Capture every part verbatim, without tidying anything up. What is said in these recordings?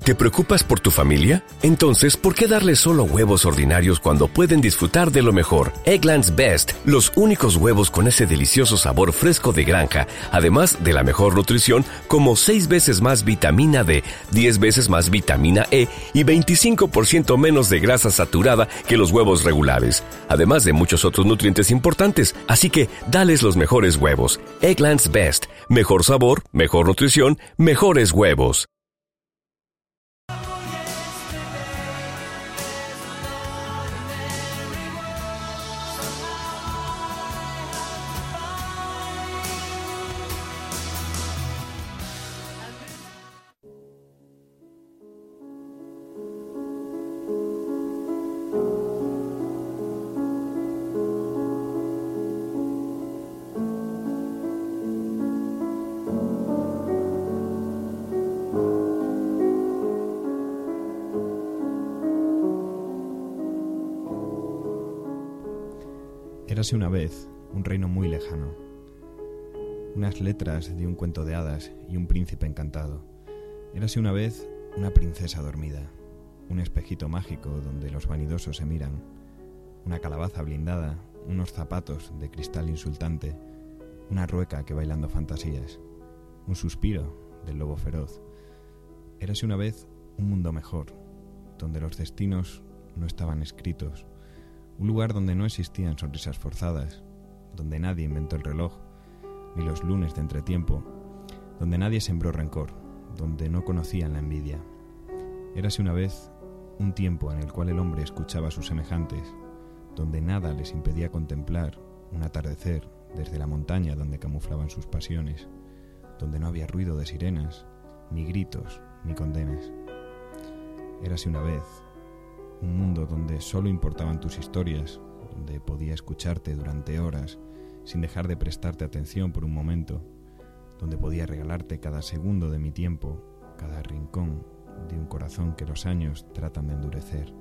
¿Te preocupas por tu familia? Entonces, ¿por qué darles solo huevos ordinarios cuando pueden disfrutar de lo mejor? Eggland's Best, los únicos huevos con ese delicioso sabor fresco de granja, además de la mejor nutrición, como seis veces más vitamina D, diez veces más vitamina E y veinticinco por ciento menos de grasa saturada que los huevos regulares, además de muchos otros nutrientes importantes. Así que, dales los mejores huevos. Eggland's Best, mejor sabor, mejor nutrición, mejores huevos. Érase una vez un reino muy lejano, unas letras de un cuento de hadas y un príncipe encantado. Érase una vez una princesa dormida, un espejito mágico donde los vanidosos se miran, una calabaza blindada, unos zapatos de cristal insultante, una rueca que bailando fantasías, un suspiro del lobo feroz. Érase una vez un mundo mejor, donde los destinos no estaban escritos, un lugar donde no existían sonrisas forzadas, donde nadie inventó el reloj, ni los lunes de entretiempo, donde nadie sembró rencor, donde no conocían la envidia. Érase una vez un tiempo en el cual el hombre escuchaba a sus semejantes, donde nada les impedía contemplar un atardecer desde la montaña donde camuflaban sus pasiones, donde no había ruido de sirenas, ni gritos, ni condenas. Érase una vez un mundo donde solo importaban tus historias, donde podía escucharte durante horas sin dejar de prestarte atención por un momento, donde podía regalarte cada segundo de mi tiempo, cada rincón de un corazón que los años tratan de endurecer,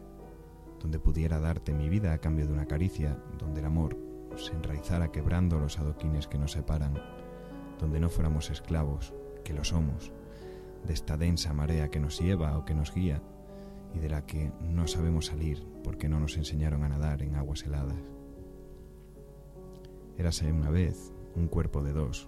donde pudiera darte mi vida a cambio de una caricia, donde el amor se enraizara quebrando los adoquines que nos separan, donde no fuéramos esclavos, que lo somos, de esta densa marea que nos lleva o que nos guía, y de la que no sabemos salir porque no nos enseñaron a nadar en aguas heladas. Érase una vez un cuerpo de dos,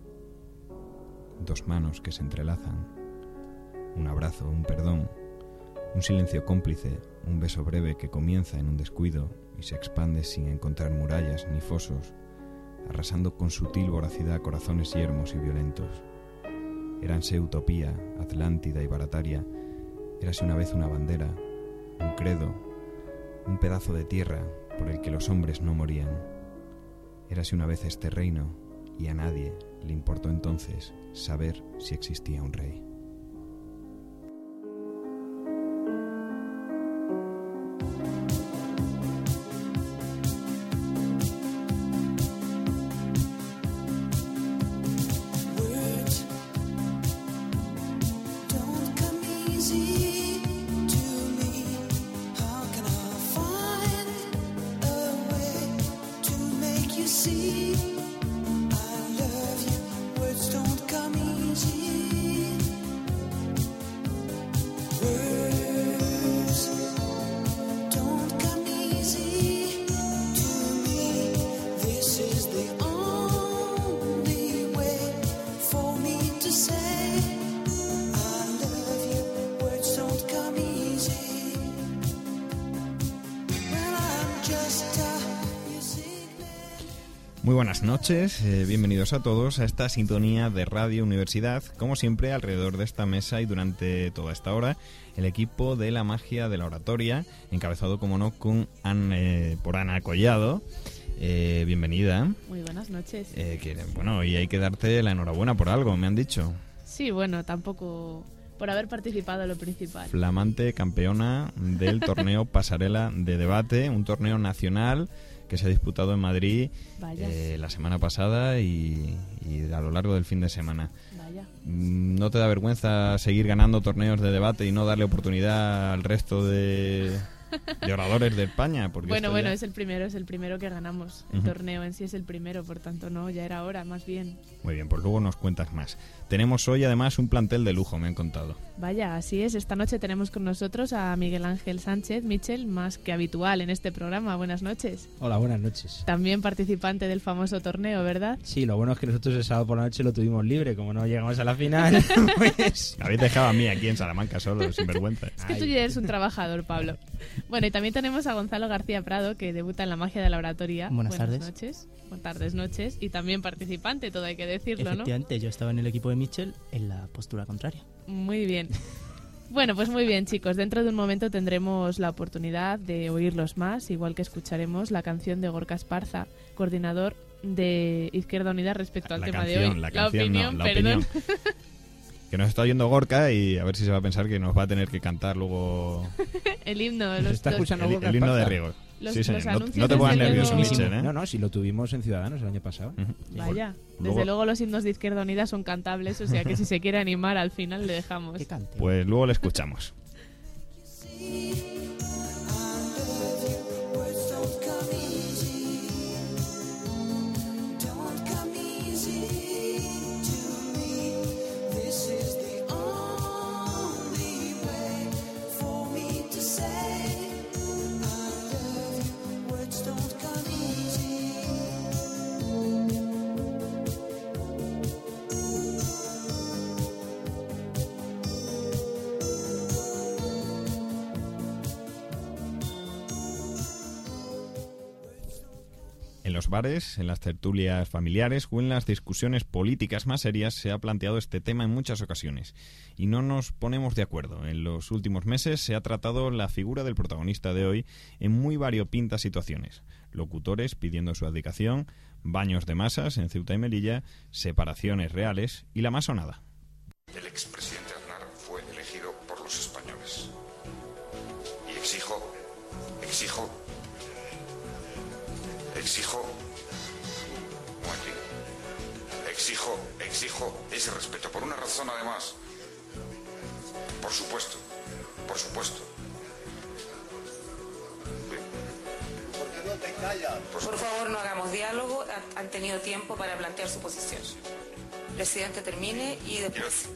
dos manos que se entrelazan, un abrazo, un perdón, un silencio cómplice, un beso breve que comienza en un descuido y se expande sin encontrar murallas ni fosos, arrasando con sutil voracidad corazones yermos y violentos. Éranse utopía, Atlántida y barataria. Érase una vez una bandera, un credo, un pedazo de tierra por el que los hombres no morían. Érase una vez este reino, y a nadie le importó entonces saber si existía un rey. Muy buenas noches, eh, bienvenidos a todos a esta sintonía de Radio Universidad. Como siempre, alrededor de esta mesa y durante toda esta hora, el equipo de la magia de la oratoria, encabezado, como no, con An, eh, por Ana Collado. Eh, bienvenida. Muy buenas noches. Eh, que, bueno, y hay que darte la enhorabuena por algo, me han dicho. Sí, bueno, tampoco por haber participado en lo principal. Flamante campeona del torneo Pasarela de Debate, un torneo nacional que se ha disputado en Madrid eh, la semana pasada y, y a lo largo del fin de semana. Vaya. ¿No te da vergüenza seguir ganando torneos de debate y no darle oportunidad al resto de, de oradores de España? Porque bueno, bueno, ya... es el primero, es el primero que ganamos. El uh-huh. torneo en sí es el primero, por tanto no, ya era hora, más bien. Muy bien, pues luego nos cuentas más. Tenemos hoy además un plantel de lujo, me han contado. Vaya, así es. Esta noche tenemos con nosotros a Miguel Ángel Sánchez, Michel, más que habitual en este programa. Buenas noches. Hola, buenas noches. También participante del famoso torneo, ¿verdad? Sí, lo bueno es que nosotros el sábado por la noche lo tuvimos libre. Como no llegamos a la final, pues... Me habéis dejado a mí aquí en Salamanca solo, sin vergüenza. Es que tú ya eres un trabajador, Pablo. Bueno, y también tenemos a Gonzalo García Prado, que debuta en la magia de la oratoria. Buenas, Buenas tardes. noches. Buenas tardes, noches. Y también participante, todo hay que decirlo, Efectivamente, ¿no? Yo estaba en el equipo de Michel en la postura contraria. Muy bien. Bueno, pues muy bien, chicos. Dentro de un momento tendremos la oportunidad de oírlos más, igual que escucharemos la canción de Gorka Esparza, coordinador de Izquierda Unida respecto al la tema canción, de hoy. La, canción, opinión, no, la perdón. opinión. Que nos está oyendo Gorka y a ver si se va a pensar que nos va a tener que cantar luego El himno. Nos Los, está los- escuchando el, Gorka el himno de Esparza. riego. Los- Sí, señor. los No, anuncios, no te pongas desde nervioso, luego- Michel, ¿eh? No, no, si lo tuvimos en Ciudadanos el año pasado. Ujú. Vaya, Luego- desde luego los himnos de Izquierda Unida son cantables, o sea que si se quiere animar al final le dejamos. Que cante. Pues luego le escuchamos. En los bares, en las tertulias familiares o en las discusiones políticas más serias se ha planteado este tema en muchas ocasiones y no nos ponemos de acuerdo. En los últimos meses se ha tratado la figura del protagonista de hoy en muy variopintas situaciones. Locutores pidiendo su abdicación, baños de masas en Ceuta y Melilla, separaciones reales y la más sonada. El expresidente Aznar fue elegido por los españoles. Y exijo, exijo, exijo, un momentito. exijo, exijo ese respeto, por una razón además. Por supuesto, por supuesto. ¿Por qué no te callas? Por, Por favor, no hagamos diálogo. Han- Han tenido tiempo para plantear su posición. Presidente, termine y después.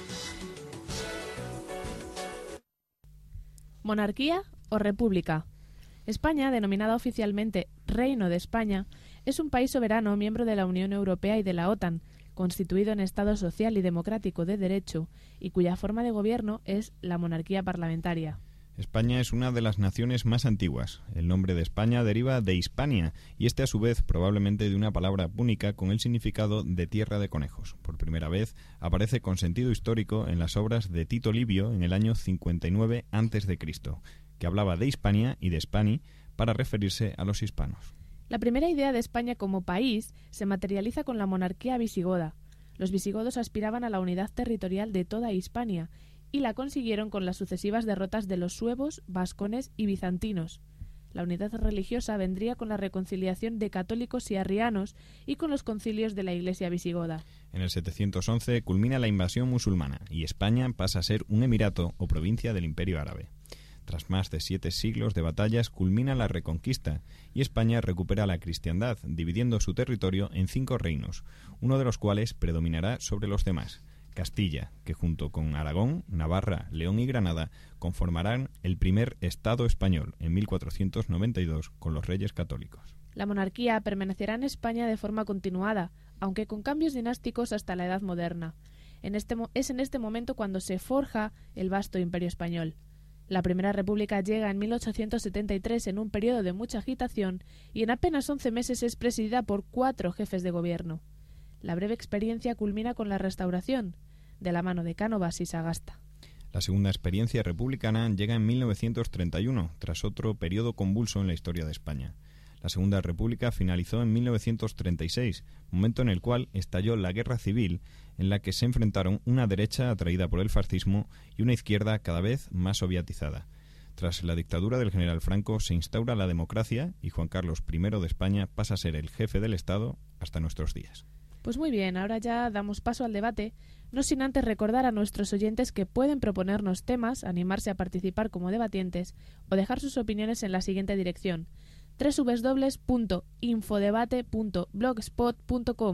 ¿Monarquía o república? España, denominada oficialmente Reino de España, es un país soberano miembro de la Unión Europea y de la OTAN, constituido en Estado social y democrático de derecho, y cuya forma de gobierno es la monarquía parlamentaria. España es una de las naciones más antiguas. El nombre de España deriva de Hispania y este a su vez probablemente de una palabra púnica con el significado de tierra de conejos. Por primera vez aparece con sentido histórico en las obras de Tito Livio en el año cincuenta y nueve antes de Cristo, que hablaba de Hispania y de Spani para referirse a los hispanos. La primera idea de España como país se materializa con la monarquía visigoda. Los visigodos aspiraban a la unidad territorial de toda Hispania y la consiguieron con las sucesivas derrotas de los suevos, vascones y bizantinos. La unidad religiosa vendría con la reconciliación de católicos y arrianos y con los concilios de la Iglesia visigoda. En el setecientos once culmina la invasión musulmana y España pasa a ser un emirato o provincia del Imperio Árabe. Tras más de siete siglos de batallas culmina la Reconquista y España recupera la cristiandad, dividiendo su territorio en cinco reinos, uno de los cuales predominará sobre los demás. Castilla, que junto con Aragón, Navarra, León y Granada conformarán el primer Estado español en mil cuatrocientos noventa y dos con los Reyes Católicos. La monarquía permanecerá en España de forma continuada, aunque con cambios dinásticos hasta la Edad Moderna. En este mo- es en este momento cuando se forja el vasto Imperio Español. La Primera República llega en mil ochocientos setenta y tres en un periodo de mucha agitación y en apenas once meses es presidida por cuatro jefes de gobierno. La breve experiencia culmina con la Restauración, de la mano de Cánovas y Sagasta. La segunda experiencia republicana llega en mil novecientos treinta y uno, tras otro periodo convulso en la historia de España. La Segunda República finalizó en mil novecientos treinta y seis, momento en el cual estalló la Guerra Civil, en la que se enfrentaron una derecha atraída por el fascismo y una izquierda cada vez más sovietizada. Tras la dictadura del general Franco se instaura la democracia y Juan Carlos primero de España pasa a ser el jefe del Estado hasta nuestros días. Pues muy bien, ahora ya damos paso al debate, no sin antes recordar a nuestros oyentes que pueden proponernos temas, animarse a participar como debatientes o dejar sus opiniones en la siguiente dirección: doble u doble u doble u punto infodebate punto blogspot punto com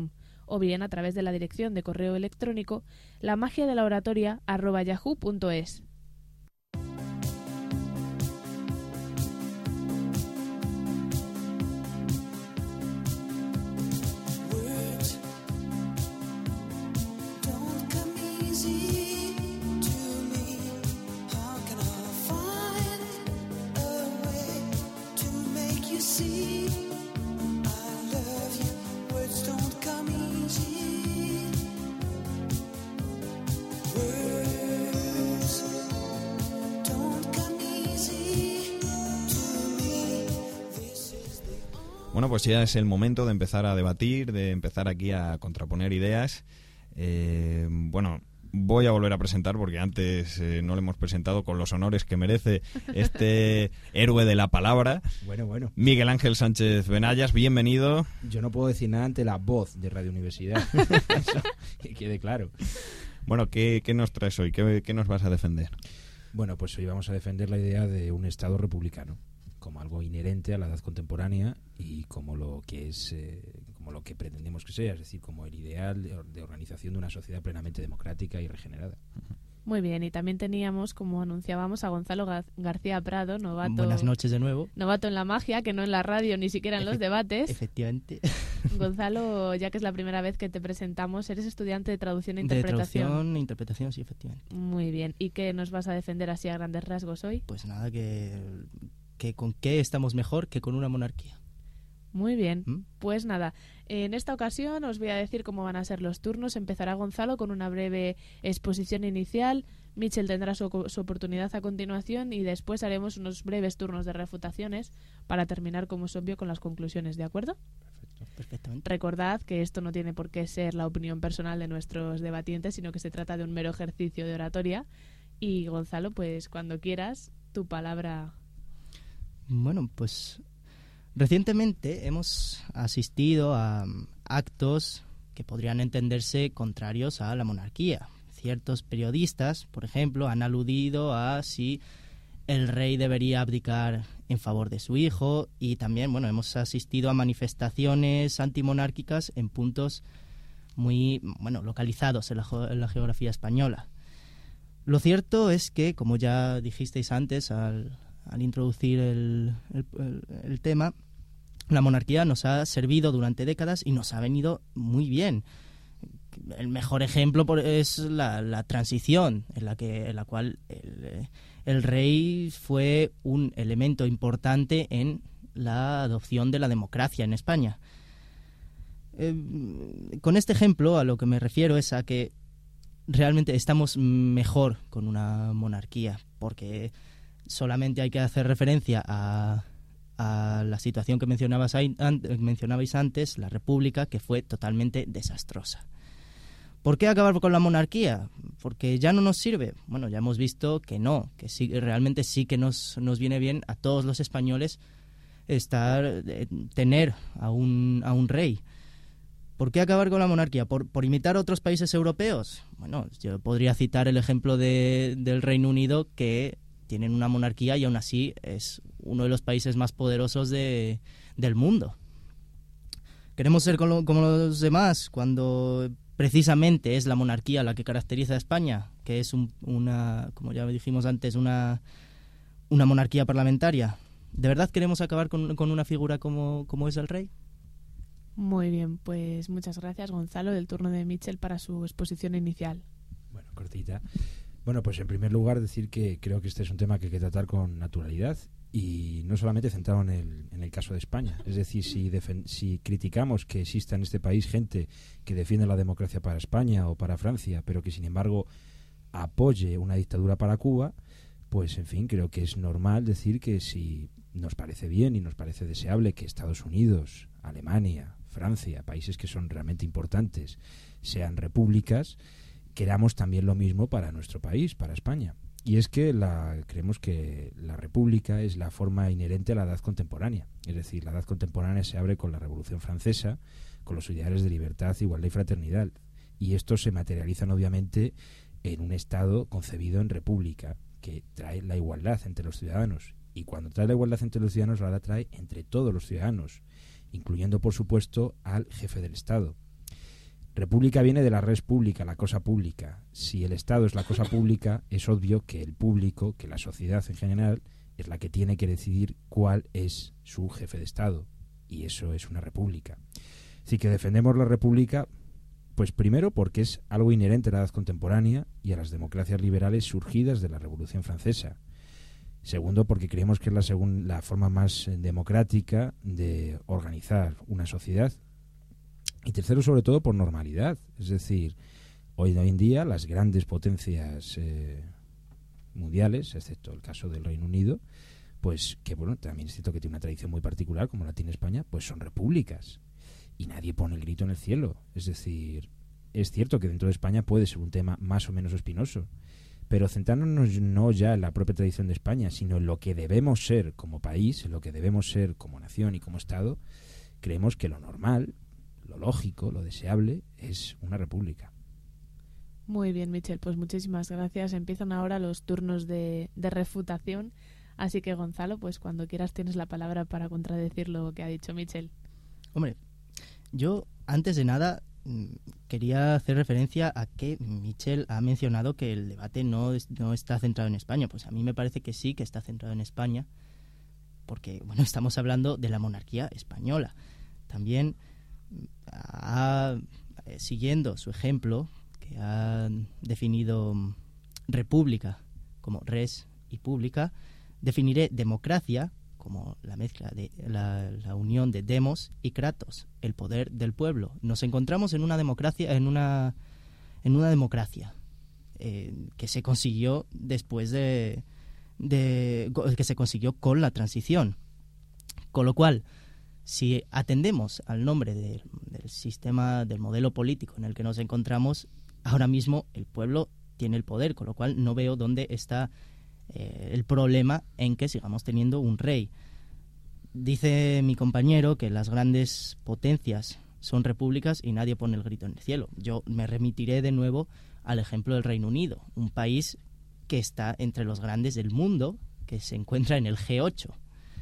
o bien a través de la dirección de correo electrónico lamagiadelaoratoria arroba yahoo punto es. Bueno, pues ya es el momento de empezar a debatir, de empezar aquí a contraponer ideas. Eh, bueno, voy a volver a presentar porque antes eh, no lo hemos presentado con los honores que merece este héroe de la palabra. Bueno, bueno. Miguel Ángel Sánchez Benayas, bienvenido. Yo no puedo decir nada ante la voz de Radio Universidad. Eso, que quede claro. Bueno, ¿qué, qué nos traes hoy? ¿Qué, ¿Qué nos vas a defender? Bueno, pues hoy vamos a defender la idea de un Estado republicano como algo inherente a la edad contemporánea y como lo que es eh, como lo que pretendemos que sea, es decir, como el ideal de, de organización de una sociedad plenamente democrática y regenerada. Muy bien, y también teníamos, como anunciábamos, a Gonzalo Gar- García Prado, novato. Buenas noches de nuevo. Novato en la magia, que no en la radio ni siquiera en los Efe- debates. Efectivamente. Gonzalo, ya que es la primera vez que te presentamos, eres estudiante de traducción e De interpretación. traducción e interpretación, sí, efectivamente. Muy bien, ¿y qué nos vas a defender así a grandes rasgos hoy? Pues nada, que, que con qué estamos mejor que con una monarquía. Muy bien, ¿Mm? pues nada, en esta ocasión os voy a decir cómo van a ser los turnos. Empezará Gonzalo con una breve exposición inicial, Mitchell tendrá su, su oportunidad a continuación y después haremos unos breves turnos de refutaciones para terminar, como es obvio, con las conclusiones, ¿de acuerdo? Perfecto. Perfectamente. Recordad que esto no tiene por qué ser la opinión personal de nuestros debatientes, sino que se trata de un mero ejercicio de oratoria. Y Gonzalo, pues cuando quieras, tu palabra. Bueno, pues recientemente hemos asistido a um, actos que podrían entenderse contrarios a la monarquía. Ciertos periodistas, por ejemplo, han aludido a si el rey debería abdicar en favor de su hijo, y también, bueno, hemos asistido a manifestaciones antimonárquicas en puntos muy, bueno, localizados en la, en la geografía española. Lo cierto es que, como ya dijisteis antes al, al introducir el, el, el, el tema, la monarquía nos ha servido durante décadas y nos ha venido muy bien. El mejor ejemplo por, es la, la transición, en la, que, en la cual el, el rey fue un elemento importante en la adopción de la democracia en España. Eh, con este ejemplo a lo que me refiero es a que realmente estamos mejor con una monarquía, porque solamente hay que hacer referencia a, a la situación que mencionabas ahí, an, mencionabais antes, la República, que fue totalmente desastrosa. ¿Por qué acabar con la monarquía? ¿Porque ya no nos sirve? Bueno, ya hemos visto que no, que sí, realmente sí que nos, nos viene bien a todos los españoles estar, eh, tener a un, a un rey. ¿Por qué acabar con la monarquía? ¿Por, por imitar a otros países europeos? Bueno, yo podría citar el ejemplo de, del Reino Unido, que tienen una monarquía y aún así es uno de los países más poderosos de, del mundo. ¿Queremos ser como, como los demás cuando precisamente es la monarquía la que caracteriza a España, que es un, una, como ya dijimos antes, una, una monarquía parlamentaria? ¿De verdad queremos acabar con, con una figura como, como es el rey? Muy bien, pues muchas gracias, Gonzalo. El turno de Mitchell para su exposición inicial. Bueno, cortita. Bueno, pues en primer lugar decir que creo que este es un tema que hay que tratar con naturalidad y no solamente centrado en el, en el caso de España. Es decir, si, defen- si criticamos que exista en este país gente que defiende la democracia para España o para Francia, pero que sin embargo apoye una dictadura para Cuba, pues en fin, creo que es normal decir que si nos parece bien y nos parece deseable que Estados Unidos, Alemania, Francia, países que son realmente importantes, sean repúblicas, queramos también lo mismo para nuestro país, para España. Y es que la, creemos que la república es la forma inherente a la edad contemporánea. Es decir, la edad contemporánea se abre con la Revolución Francesa, con los ideales de libertad, igualdad y fraternidad. Y estos se materializan obviamente en un Estado concebido en república, que trae la igualdad entre los ciudadanos. Y cuando trae la igualdad entre los ciudadanos, la trae entre todos los ciudadanos, incluyendo, por supuesto, al jefe del Estado. República viene de la res pública, la cosa pública. Si el Estado es la cosa pública, es obvio que el público, que la sociedad en general, es la que tiene que decidir cuál es su jefe de Estado. Y eso es una república. Así que defendemos la república, pues primero porque es algo inherente a la edad contemporánea y a las democracias liberales surgidas de la Revolución Francesa. Segundo, porque creemos que es la, segun, la forma más democrática de organizar una sociedad. Y tercero, sobre todo, por normalidad. Es decir, hoy, hoy en día las grandes potencias eh, mundiales, excepto el caso del Reino Unido, pues que bueno, también es cierto que tiene una tradición muy particular, como la tiene España, pues son repúblicas. Y nadie pone el grito en el cielo. Es decir, es cierto que dentro de España puede ser un tema más o menos espinoso, pero centrándonos no ya en la propia tradición de España, sino en lo que debemos ser como país, en lo que debemos ser como nación y como Estado, creemos que lo normal, lo lógico, lo deseable es una república. Muy bien, Michel, pues muchísimas gracias. Empiezan ahora los turnos de, de refutación, así que Gonzalo, pues cuando quieras tienes la palabra para contradecir lo que ha dicho Michel. Hombre, yo antes de nada quería hacer referencia a que Michel ha mencionado que el debate no, es, no está centrado en España. Pues a mí me parece que sí que está centrado en España, porque bueno, estamos hablando de la monarquía española. También ha, siguiendo su ejemplo, que ha definido república como res y pública, definiré democracia como la mezcla de la, la unión de demos y kratos, el poder del pueblo. Nos encontramos en una democracia, en una en una democracia eh, que se consiguió después de, de que se consiguió con la transición. Con lo cual, si atendemos al nombre de, del sistema, del modelo político en el que nos encontramos, ahora mismo el pueblo tiene el poder, con lo cual no veo dónde está eh, el problema en que sigamos teniendo un rey. Dice mi compañero que las grandes potencias son repúblicas y nadie pone el grito en el cielo. Yo me remitiré de nuevo al ejemplo del Reino Unido, un país que está entre los grandes del mundo, que se encuentra en el G ocho.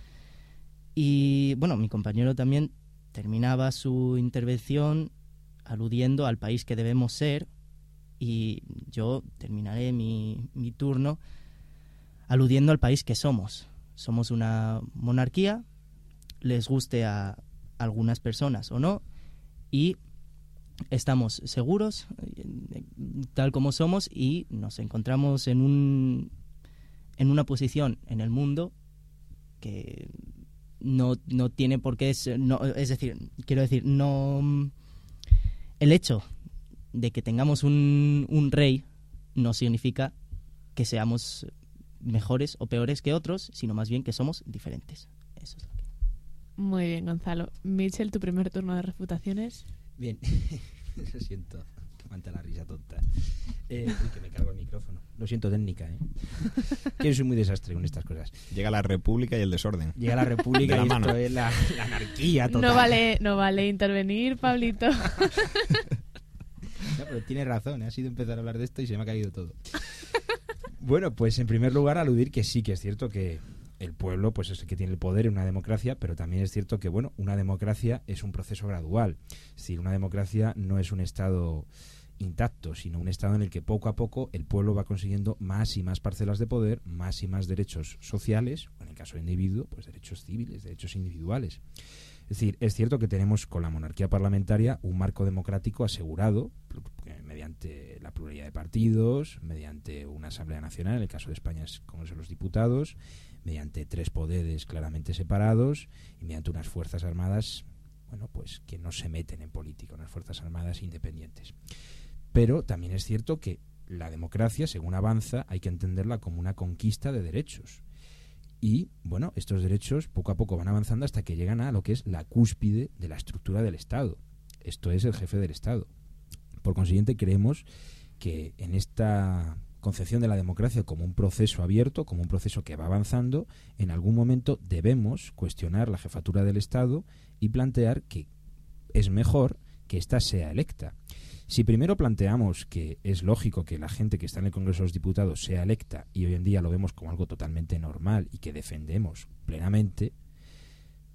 Y bueno, mi compañero también terminaba su intervención aludiendo al país que debemos ser, y yo terminaré mi, mi turno aludiendo al país que somos. Somos una monarquía, les guste a algunas personas o no, y estamos seguros tal como somos, y nos encontramos en un en una posición en el mundo que no, no tiene por qué ser, no, es decir, quiero decir, no, el hecho de que tengamos un, un rey no significa que seamos mejores o peores que otros, sino más bien que somos diferentes. Eso es lo que... Muy bien, Gonzalo. Michel, tu primer turno de refutaciones. Bien, lo siento, que aguanta la risa tonta. Eh, uy, que me cargo el micrófono. Lo siento, técnica, ¿eh? Que yo soy muy desastre con estas cosas. Llega la república y el desorden. Llega la república la y mano. esto es la, la anarquía total. No vale, no vale intervenir, Pablito. No, pero tiene razón, ¿eh? Ha sido empezar a hablar de esto y se me ha caído todo. Bueno, pues en primer lugar aludir que sí que es cierto que el pueblo pues es el que tiene el poder en una democracia, pero también es cierto que bueno, una democracia es un proceso gradual. Es decir, una democracia no es un estado intacto, sino un estado en el que poco a poco el pueblo va consiguiendo más y más parcelas de poder, más y más derechos sociales, o en el caso del individuo, pues derechos civiles, derechos individuales. Es decir, es cierto que tenemos con la monarquía parlamentaria un marco democrático asegurado mediante la pluralidad de partidos, mediante una Asamblea Nacional, en el caso de España es Congreso de los Diputados, mediante tres poderes claramente separados y mediante unas fuerzas armadas, bueno, pues que no se meten en política, unas fuerzas armadas independientes. Pero también es cierto que la democracia, según avanza, hay que entenderla como una conquista de derechos. Y, bueno, estos derechos poco a poco van avanzando hasta que llegan a lo que es la cúspide de la estructura del Estado. Esto es el jefe del Estado. Por consiguiente, creemos que en esta concepción de la democracia como un proceso abierto, como un proceso que va avanzando, en algún momento debemos cuestionar la jefatura del Estado y plantear que es mejor que ésta sea electa. Si primero planteamos que es lógico que la gente que está en el Congreso de los Diputados sea electa, y hoy en día lo vemos como algo totalmente normal y que defendemos plenamente,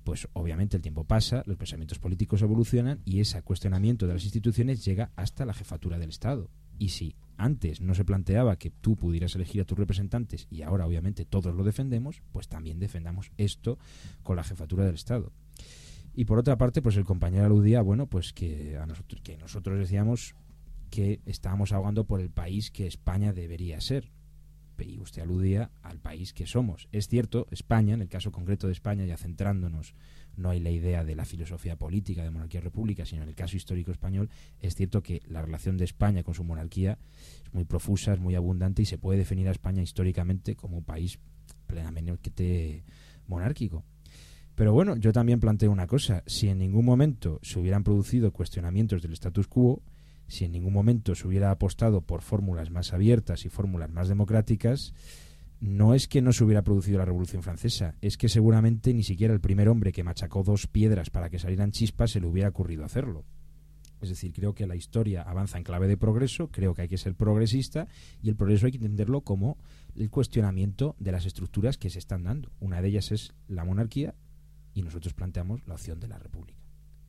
pues obviamente el tiempo pasa, los pensamientos políticos evolucionan y ese cuestionamiento de las instituciones llega hasta la jefatura del Estado. Y si antes no se planteaba que tú pudieras elegir a tus representantes y ahora obviamente todos lo defendemos, pues también defendamos esto con la jefatura del Estado. Y por otra parte, pues el compañero aludía, bueno, pues que a nosotros, que nosotros decíamos que estábamos abogando por el país que España debería ser. Y usted aludía al país que somos. Es cierto, España, en el caso concreto de España, ya centrándonos, no hay la idea de la filosofía política de monarquía-república, sino en el caso histórico español, es cierto que la relación de España con su monarquía es muy profusa, es muy abundante y se puede definir a España históricamente como un país plenamente monárquico. Pero bueno, yo también planteo una cosa. Si en ningún momento se hubieran producido cuestionamientos del status quo, si en ningún momento se hubiera apostado por fórmulas más abiertas y fórmulas más democráticas, no es que no se hubiera producido la Revolución Francesa, es que seguramente ni siquiera el primer hombre que machacó dos piedras para que salieran chispas se le hubiera ocurrido hacerlo. Es decir, creo que la historia avanza en clave de progreso, creo que hay que ser progresista y el progreso hay que entenderlo como el cuestionamiento de las estructuras que se están dando. Una de ellas es la monarquía y nosotros planteamos la opción de la república.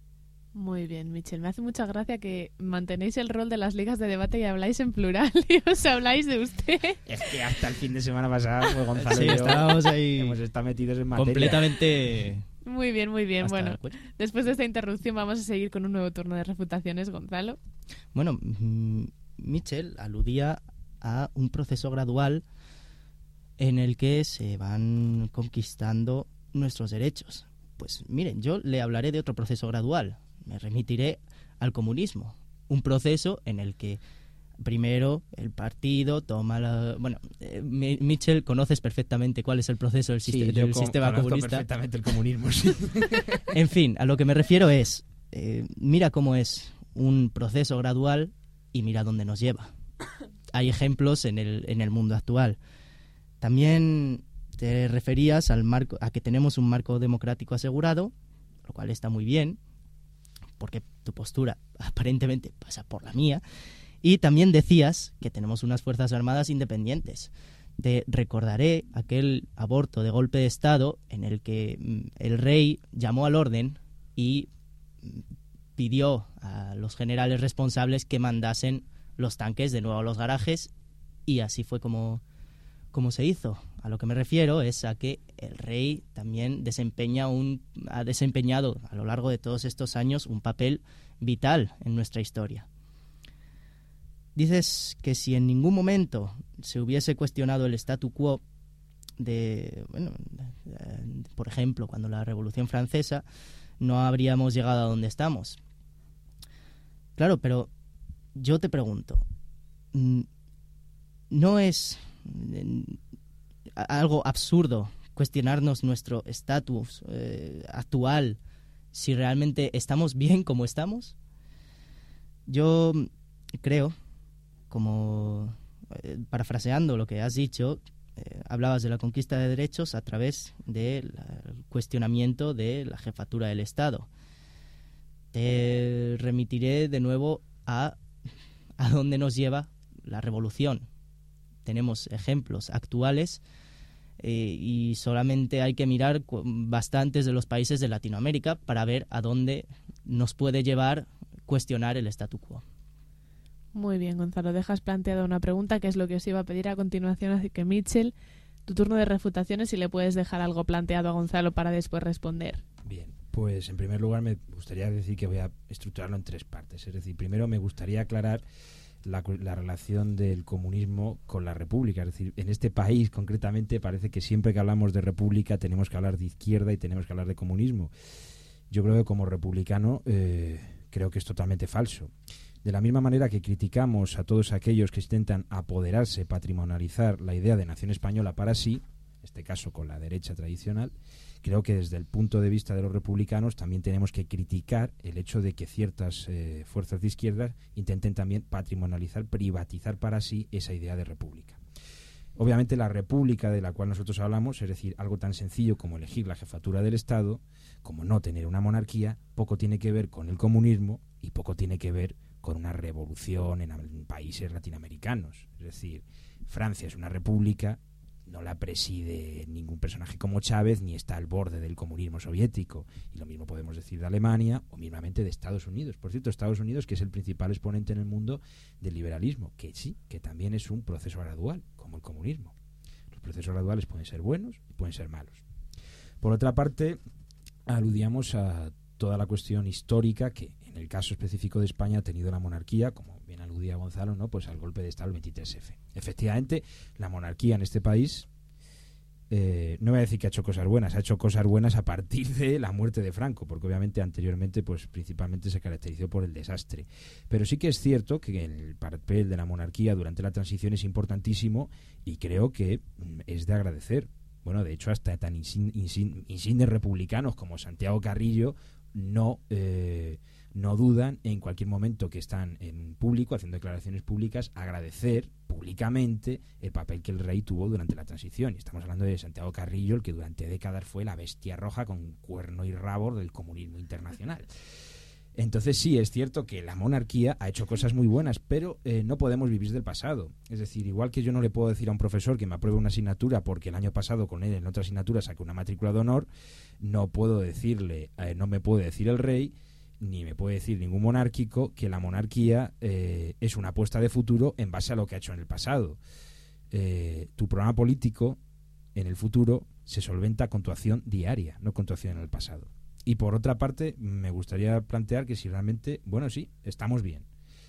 Muy bien, Michel. Me hace mucha gracia que mantenéis el rol de las ligas de debate y habláis en plural y os habláis de usted. Es que hasta el fin de semana pasado fue Gonzalo sí, y yo estábamos ahí hemos estado metidos en materia. Completamente. Muy bien, muy bien. Hasta Bueno, después. después de esta interrupción vamos a seguir con un nuevo turno de refutaciones, Gonzalo. Bueno, mm, Michel aludía a un proceso gradual en el que se van conquistando nuestros derechos. Pues miren, yo le hablaré de otro proceso gradual. Me remitiré al comunismo, un proceso en el que primero el partido toma la... Bueno, eh, Michel, conoces perfectamente cuál es el proceso del, Sí, siste- yo del con- sistema conozco comunista. perfectamente el comunismo, sí. En fin, a lo que me refiero es, eh, mira cómo es un proceso gradual y mira dónde nos lleva. Hay ejemplos en el, en el mundo actual. También te referías al marco, a que tenemos un marco democrático asegurado, lo cual está muy bien, porque tu postura aparentemente pasa por la mía, y también decías que tenemos unas Fuerzas Armadas independientes. Te recordaré aquel aborto de golpe de Estado en el que mm, el rey llamó al orden y mm, pidió a los generales responsables que mandasen los tanques de nuevo a los garajes, y así fue como, como se hizo. A lo que me refiero es a que el rey también desempeña un, ha desempeñado a lo largo de todos estos años un papel vital en nuestra historia. Dices que si en ningún momento se hubiese cuestionado el statu quo de, bueno, de, por ejemplo, cuando la Revolución Francesa, no habríamos llegado a donde estamos. Claro, pero yo te pregunto, ¿no es algo absurdo cuestionarnos nuestro estatus eh, actual si realmente estamos bien como estamos? Yo creo, como eh, parafraseando lo que has dicho, eh, hablabas de la conquista de derechos a través del cuestionamiento de la jefatura del Estado. Te remitiré de nuevo a, a dónde nos lleva la revolución. Tenemos ejemplos actuales eh, y solamente hay que mirar cu- bastantes de los países de Latinoamérica para ver a dónde nos puede llevar cuestionar el statu quo. Muy bien, Gonzalo. Dejas planteada una pregunta que es lo que os iba a pedir a continuación, así que Michel, tu turno de refutaciones, y le puedes dejar algo planteado a Gonzalo para después responder. Bien, pues en primer lugar me gustaría decir que voy a estructurarlo en tres partes. Es decir, primero me gustaría aclarar la, la relación del comunismo con la república. Es decir, en este país concretamente parece que siempre que hablamos de república tenemos que hablar de izquierda y tenemos que hablar de comunismo. Yo creo que como republicano eh, creo que es totalmente falso. De la misma manera que criticamos a todos aquellos que intentan apoderarse, patrimonializar la idea de nación española para sí, en este caso con la derecha tradicional, creo que desde el punto de vista de los republicanos también tenemos que criticar el hecho de que ciertas eh, fuerzas de izquierda intenten también patrimonializar, privatizar para sí esa idea de república. Obviamente la república de la cual nosotros hablamos, es decir, algo tan sencillo como elegir la jefatura del Estado, como no tener una monarquía, poco tiene que ver con el comunismo y poco tiene que ver con una revolución en países latinoamericanos. Es decir, Francia es una república, no la preside ningún personaje como Chávez, ni está al borde del comunismo soviético. Y lo mismo podemos decir de Alemania o mismamente de Estados Unidos. Por cierto, Estados Unidos, que es el principal exponente en el mundo del liberalismo, que sí, que también es un proceso gradual, como el comunismo. Los procesos graduales pueden ser buenos y pueden ser malos. Por otra parte, aludíamos a toda la cuestión histórica que, en el caso específico de España, ha tenido la monarquía, como bien aludía Gonzalo, ¿no? Pues al golpe de Estado del veintitrés efe. Efectivamente, la monarquía en este país, eh, no voy a decir que ha hecho cosas buenas, ha hecho cosas buenas a partir de la muerte de Franco, porque obviamente anteriormente, pues principalmente se caracterizó por el desastre. Pero sí que es cierto que el papel de la monarquía durante la transición es importantísimo y creo que es de agradecer. Bueno, de hecho, hasta tan insign, insign, insignes republicanos como Santiago Carrillo no, eh, no dudan en cualquier momento que están en público, haciendo declaraciones públicas, agradecer públicamente el papel que el rey tuvo durante la transición. Y estamos hablando de Santiago Carrillo, el que durante décadas fue la bestia roja con cuerno y rabo del comunismo internacional. Entonces sí, es cierto que la monarquía ha hecho cosas muy buenas, pero eh, no podemos vivir del pasado. Es decir, igual que yo no le puedo decir a un profesor que me apruebe una asignatura porque el año pasado con él en otra asignatura saqué una matrícula de honor, no puedo decirle, eh, no me puede decir el rey, ni me puede decir ningún monárquico que la monarquía eh, es una apuesta de futuro en base a lo que ha hecho en el pasado. Eh, tu programa político en el futuro se solventa con tu acción diaria, no con tu acción en el pasado. Y por otra parte, me gustaría plantear que si realmente, bueno, sí, estamos bien.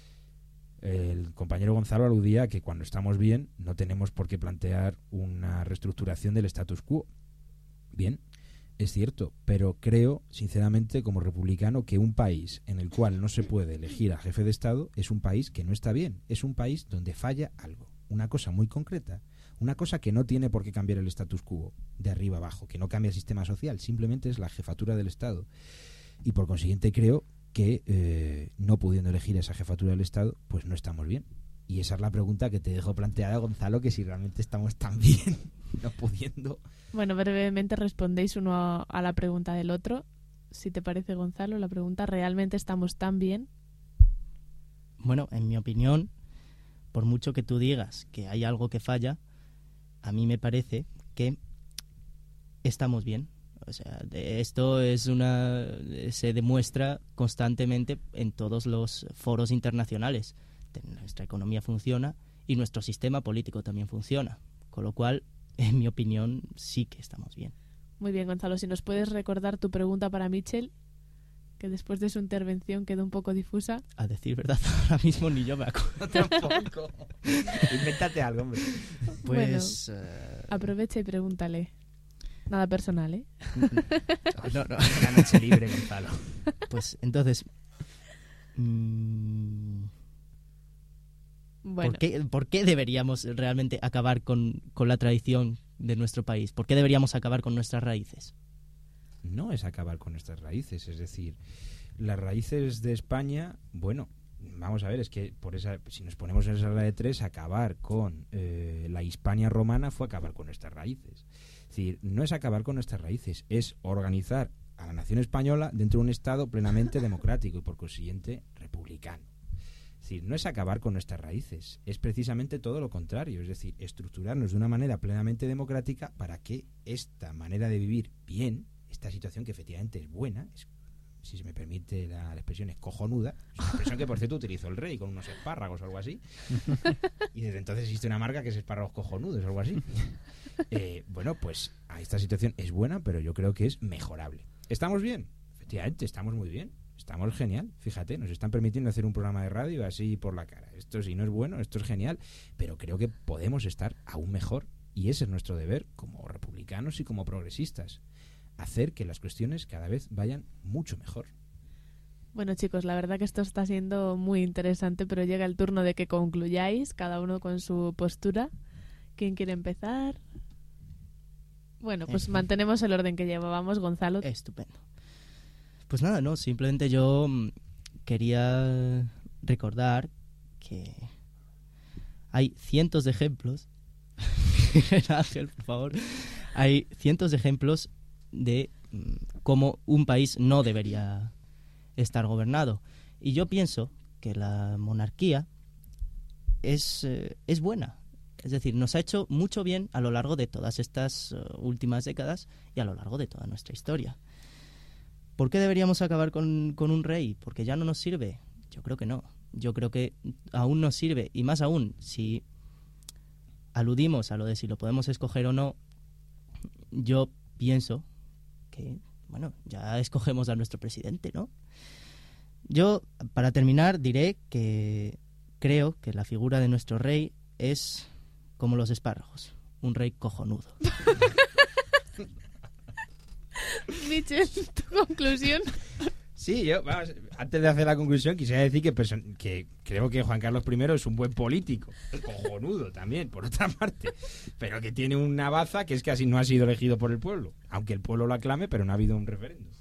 El compañero Gonzalo aludía a que cuando estamos bien no tenemos por qué plantear una reestructuración del status quo. Bien, es cierto, pero creo, sinceramente, como republicano, que un país en el cual no se puede elegir a jefe de Estado es un país que no está bien. Es un país donde falla algo, una cosa muy concreta. Una cosa que no tiene por qué cambiar el status quo de arriba abajo, que no cambia el sistema social, simplemente es la jefatura del Estado. Y por consiguiente creo que eh, no pudiendo elegir esa jefatura del Estado, pues no estamos bien. Y esa es la pregunta que te dejo planteada, Gonzalo, que si realmente estamos tan bien, no pudiendo. Bueno, brevemente respondéis uno a, a la pregunta del otro. Si te parece, Gonzalo, la pregunta, ¿realmente estamos tan bien? Bueno, en mi opinión, por mucho que tú digas que hay algo que falla, a mí me parece que estamos bien. O sea, de esto es una se demuestra constantemente en todos los foros internacionales. Nuestra economía funciona y nuestro sistema político también funciona. Con lo cual, en mi opinión, sí que estamos bien. Muy bien, Gonzalo. Si nos puedes recordar tu pregunta para Michel, que después de su intervención quedó un poco difusa. A decir verdad, ahora mismo ni yo me acuerdo tampoco. Invéntate algo, hombre. Pues... Bueno, uh... aprovecha y pregúntale. Nada personal, ¿eh? No, no. La noche libre, Gonzalo. Pues entonces... Mmm, bueno. ¿por, qué, ¿Por qué deberíamos realmente acabar con, con la tradición de nuestro país? ¿Por qué deberíamos acabar con nuestras raíces? No es acabar con nuestras raíces, es decir, las raíces de España, bueno, vamos a ver, es que por esa, si nos ponemos en esa regla de tres, acabar con eh, la Hispania romana fue acabar con nuestras raíces. Es decir, no es acabar con nuestras raíces, es organizar a la nación española dentro de un Estado plenamente democrático y por consiguiente republicano. Es decir, no es acabar con nuestras raíces, es precisamente todo lo contrario, es decir, estructurarnos de una manera plenamente democrática para que esta manera de vivir bien, esta situación que efectivamente es buena, es, si se me permite la, la expresión, es cojonuda, es una expresión que por cierto utilizó el rey con unos espárragos o algo así, y desde entonces existe una marca que es espárragos cojonudos o algo así. Eh, bueno, pues esta situación es buena, pero yo creo que es mejorable. ¿Estamos bien? Efectivamente, estamos muy bien, estamos genial, fíjate, nos están permitiendo hacer un programa de radio así por la cara. Esto si no es bueno, esto es genial, pero creo que podemos estar aún mejor, y ese es nuestro deber como republicanos y como progresistas. Hacer que las cuestiones cada vez vayan mucho mejor. Bueno, chicos, la verdad que esto está siendo muy interesante, pero llega el turno de que concluyáis, cada uno con su postura. ¿Quién quiere empezar? Bueno, pues eh. mantenemos el orden que llevábamos, Gonzalo. Estupendo. Pues nada, no, simplemente yo quería recordar que hay cientos de ejemplos. Ángel, por favor. Hay cientos de ejemplos de cómo un país no debería estar gobernado. Y yo pienso que la monarquía es, eh, es buena. Es decir, nos ha hecho mucho bien a lo largo de todas estas uh, últimas décadas y a lo largo de toda nuestra historia. ¿Por qué deberíamos acabar con, con un rey? ¿Porque ya no nos sirve? Yo creo que no. Yo creo que aún nos sirve, y más aún, si aludimos a lo de si lo podemos escoger o no, yo pienso que, bueno, ya escogemos a nuestro presidente, ¿no? Yo, para terminar, diré que creo que la figura de nuestro rey es como los espárragos, un rey cojonudo. Michel, tu conclusión. Sí, yo, vamos, antes de hacer la conclusión, quisiera decir que, person- que creo que Juan Carlos primero es un buen político, cojonudo también, por otra parte, pero que tiene una baza que es que así no ha sido elegido por el pueblo, aunque el pueblo lo aclame, pero no ha habido un referéndum.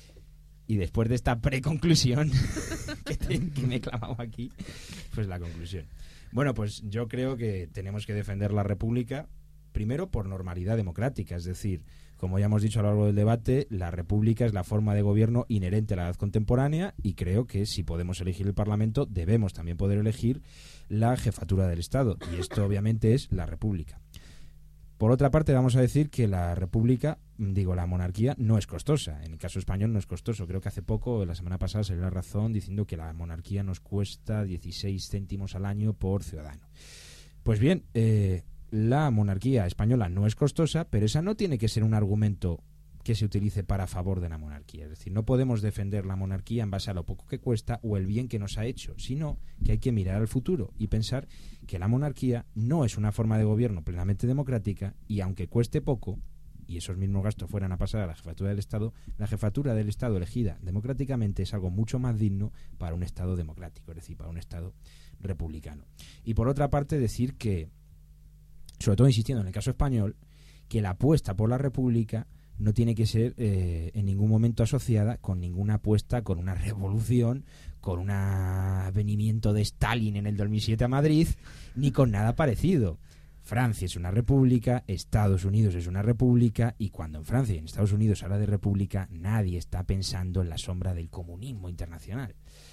Y después de esta preconclusión que, te- que me he clavado aquí, pues la conclusión. Bueno, pues yo creo que tenemos que defender la República, primero por normalidad democrática, es decir, como ya hemos dicho a lo largo del debate, la República es la forma de gobierno inherente a la edad contemporánea, y creo que si podemos elegir el Parlamento, debemos también poder elegir la jefatura del Estado, y esto obviamente es la República. Por otra parte, vamos a decir que la República, digo, la monarquía no es costosa. En el caso español no es costoso. Creo que hace poco, la semana pasada, salió La Razón diciendo que la monarquía nos cuesta dieciséis céntimos al año por ciudadano. Pues bien, eh, la monarquía española no es costosa, pero esa no tiene que ser un argumento que se utilice para favor de la monarquía. Es decir, no podemos defender la monarquía en base a lo poco que cuesta o el bien que nos ha hecho, sino que hay que mirar al futuro y pensar que la monarquía no es una forma de gobierno plenamente democrática, y aunque cueste poco, y esos mismos gastos fueran a pasar a la jefatura del Estado, la jefatura del Estado elegida democráticamente es algo mucho más digno para un Estado democrático, es decir, para un Estado republicano. Y por otra parte, decir que, sobre todo insistiendo en el caso español, que la apuesta por la República no tiene que ser eh, en ningún momento asociada con ninguna apuesta, con una revolución, con un avenimiento de Stalin en el dos mil siete a Madrid, ni con nada parecido. Francia es una república, Estados Unidos es una república, y cuando en Francia y en Estados Unidos se habla de república, nadie está pensando en la sombra del comunismo internacional.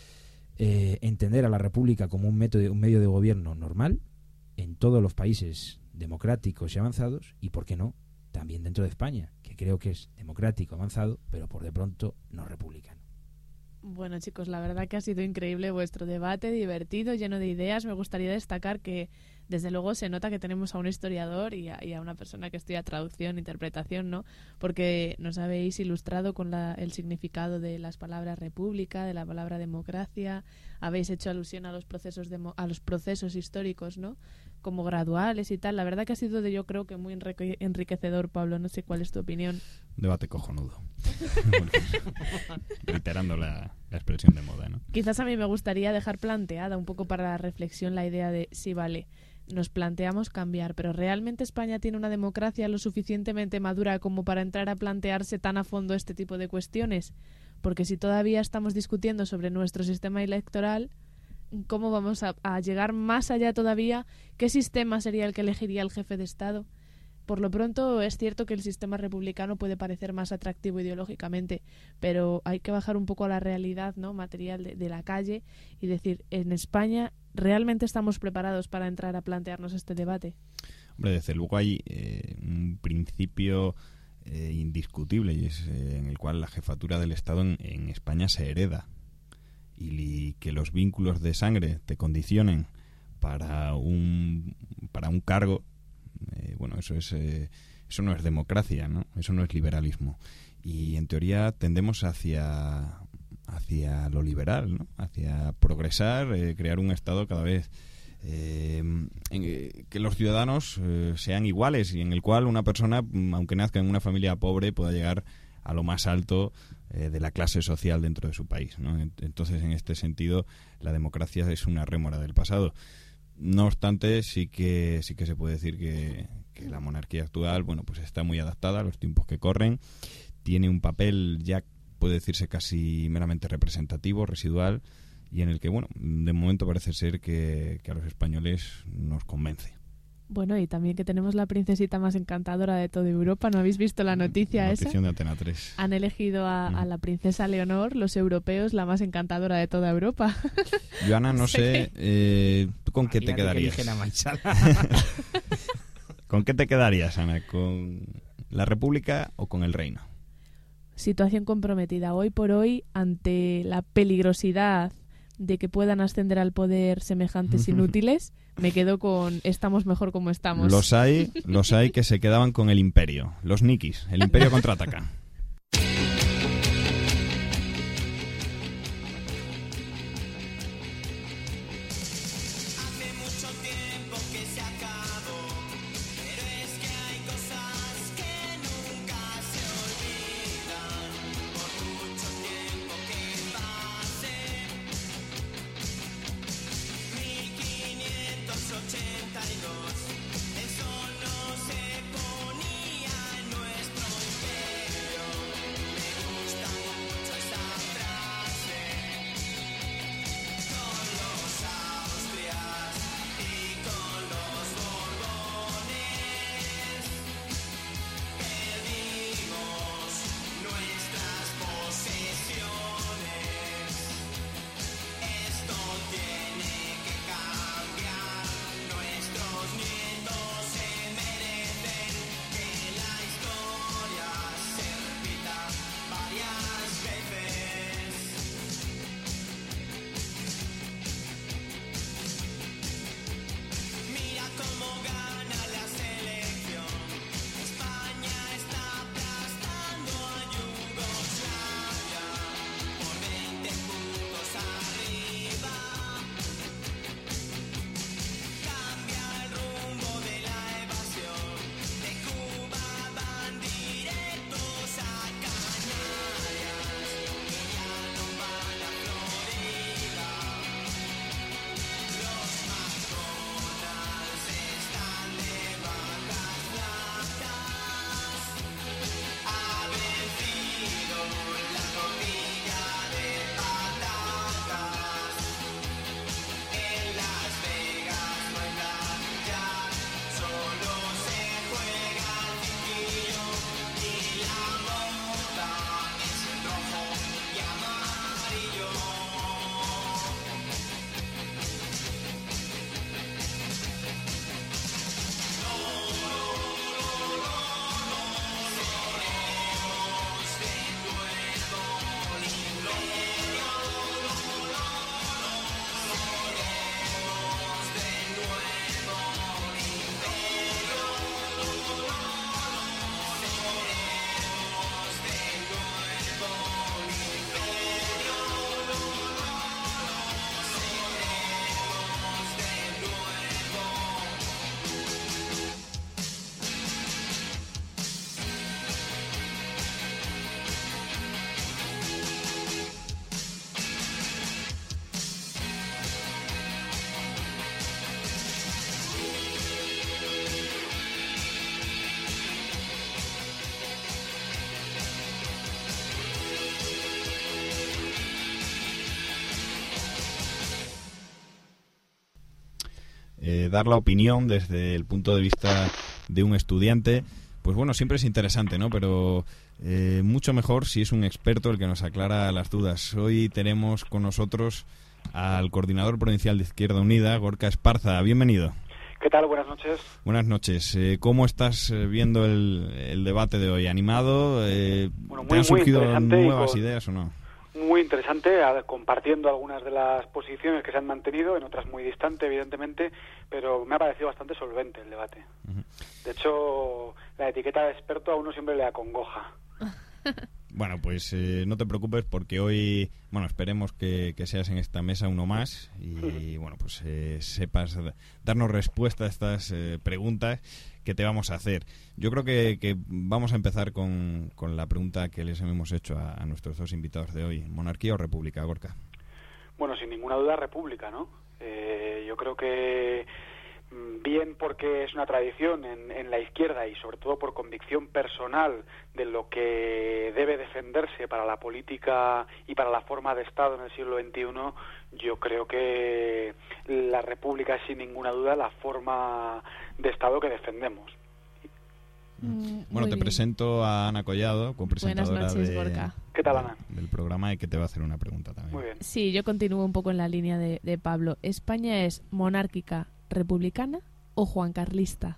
Eh, entender a la república como un método, un medio de gobierno normal en todos los países democráticos y avanzados, y por qué no, también dentro de España, que creo que es democrático, avanzado, pero por de pronto no republicano. Bueno, chicos, la verdad que ha sido increíble vuestro debate, divertido, lleno de ideas. Me gustaría destacar que, desde luego, se nota que tenemos a un historiador y a, y a una persona que estudia traducción, interpretación, ¿no? Porque nos habéis ilustrado con la, el significado de las palabras república, de la palabra democracia. Habéis hecho alusión a los procesos demo, a los procesos históricos, ¿no? Como graduales y tal. La verdad que ha sido, de, yo creo que muy enrique, enriquecedor, Pablo. No sé cuál es tu opinión. Debate cojonudo. Reiterando la, la expresión de moda, ¿no? Quizás a mí me gustaría dejar planteada un poco para la reflexión la idea de, sí, vale, nos planteamos cambiar, pero ¿realmente España tiene una democracia lo suficientemente madura como para entrar a plantearse tan a fondo este tipo de cuestiones? Porque si todavía estamos discutiendo sobre nuestro sistema electoral, ¿cómo vamos a, a llegar más allá todavía? ¿Qué sistema sería el que elegiría el jefe de Estado? Por lo pronto es cierto que el sistema republicano puede parecer más atractivo ideológicamente, pero hay que bajar un poco a la realidad, ¿no?, material de, de la calle, y decir, en España ¿realmente estamos preparados para entrar a plantearnos este debate? Hombre, desde luego hay eh, un principio eh, indiscutible, y es eh, en el cual la jefatura del Estado en, en España se hereda, y li, que los vínculos de sangre te condicionen para un para un cargo. Eh, bueno, eso es eh, eso no es democracia, ¿no? Eso no es liberalismo, y en teoría tendemos hacia hacia lo liberal, ¿no? Hacia progresar, eh, crear un Estado cada vez eh, en, eh, que los ciudadanos eh, sean iguales, y en el cual una persona, aunque nazca en una familia pobre, pueda llegar a lo más alto eh, de la clase social dentro de su país, ¿no? Entonces, en este sentido, la democracia es una rémora del pasado. No obstante, sí que sí que se puede decir que, que la monarquía actual, bueno, pues está muy adaptada a los tiempos que corren, tiene un papel ya, puede decirse, casi meramente representativo, residual, y en el que, bueno, de momento parece ser que, que a los españoles nos convence. Bueno, y también que tenemos la princesita más encantadora de toda Europa. ¿No habéis visto la noticia esa? Notición de Antena tres. Han elegido a, Mm. a la princesa Leonor, los europeos, la más encantadora de toda Europa. Joana, no Sí. sé, eh, ¿tú con qué te Imagínate que quedarías? eligen a Manchala. ¿Con qué te quedarías, Ana? ¿Con la República o con el Reino? Situación comprometida. Hoy por hoy, ante la peligrosidad de que puedan ascender al poder semejantes inútiles, me quedo con estamos mejor como estamos. Los hay, los hay que se quedaban con el Imperio, los Nikis, el Imperio contraataca. Eh, dar la opinión desde el punto de vista de un estudiante, pues bueno, siempre es interesante, ¿no? Pero eh, mucho mejor si es un experto el que nos aclara las dudas. Hoy tenemos con nosotros al coordinador provincial de Izquierda Unida, Gorka Esparza. Bienvenido. ¿Qué tal? Buenas noches. Buenas noches. Eh, ¿Cómo estás viendo el, el debate de hoy? ¿Animado? Eh, Bueno, muy, ¿Te han muy surgido interesante y nuevas con- ideas o no? Muy interesante, a- compartiendo algunas de las posiciones que se han mantenido, en otras muy distante, evidentemente, pero me ha parecido bastante solvente el debate. Ujú. De hecho, la etiqueta de experto a uno siempre le acongoja. Bueno, pues eh, no te preocupes porque hoy, bueno, esperemos que, que seas en esta mesa uno más y, bueno, pues eh, sepas darnos respuesta a estas eh, preguntas que te vamos a hacer. Yo creo que, que vamos a empezar con, con la pregunta que les hemos hecho a, a nuestros dos invitados de hoy. ¿Monarquía o república, Gorka? Bueno, sin ninguna duda, república, ¿no? Eh, yo creo que bien porque es una tradición en, en la izquierda y sobre todo por convicción personal de lo que debe defenderse para la política y para la forma de Estado en el siglo veintiuno, yo creo que la República es sin ninguna duda la forma de Estado que defendemos. Mm, bueno, te bien. presento a Ana Collado, copresentadora Buenas noches, de, Gorka. ¿Qué tal, Ana? del programa, y que te va a hacer una pregunta también. Muy bien. Sí, yo continúo un poco en la línea de, de Pablo. ¿España es monárquica, republicana o juancarlista?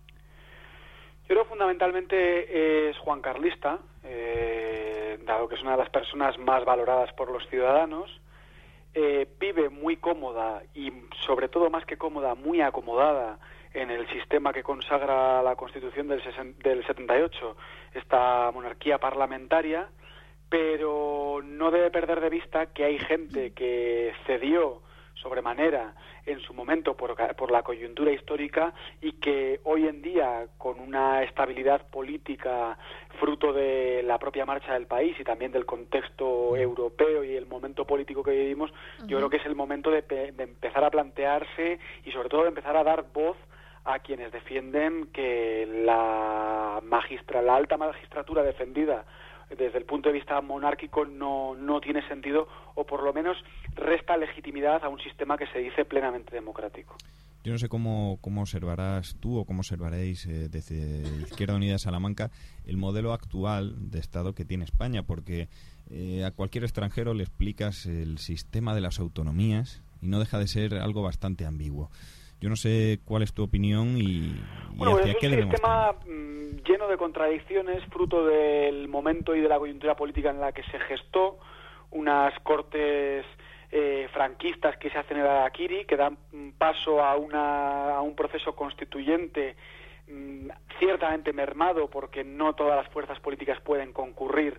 Yo creo que fundamentalmente es juancarlista, eh, dado que es una de las personas más valoradas por los ciudadanos. Eh, vive muy cómoda y, sobre todo, más que cómoda, muy acomodada en el sistema que consagra la Constitución del, del setenta y ocho, esta monarquía parlamentaria, pero no debe perder de vista que hay gente que cedió sobremanera en su momento por, por la coyuntura histórica y que hoy en día, con una estabilidad política fruto de la propia marcha del país y también del contexto europeo y el momento político que vivimos, uh-huh. yo creo que es el momento de, de empezar a plantearse y sobre todo de empezar a dar voz a quienes defienden que la magistra, la alta magistratura defendida desde el punto de vista monárquico no, no tiene sentido, o por lo menos resta legitimidad a un sistema que se dice plenamente democrático. Yo no sé cómo, cómo observarás tú o cómo observaréis eh, desde Izquierda Unida de Salamanca el modelo actual de Estado que tiene España, porque eh, a cualquier extranjero le explicas el sistema de las autonomías y no deja de ser algo bastante ambiguo. Yo no sé cuál es tu opinión y, y bueno, hacia es qué un debemos sistema mmm, lleno de contradicciones, fruto del momento y de la coyuntura política en la que se gestó, unas cortes eh, franquistas que se hacen en el Araquiri, que dan paso a, una, a un proceso constituyente mmm, ciertamente mermado, porque no todas las fuerzas políticas pueden concurrir,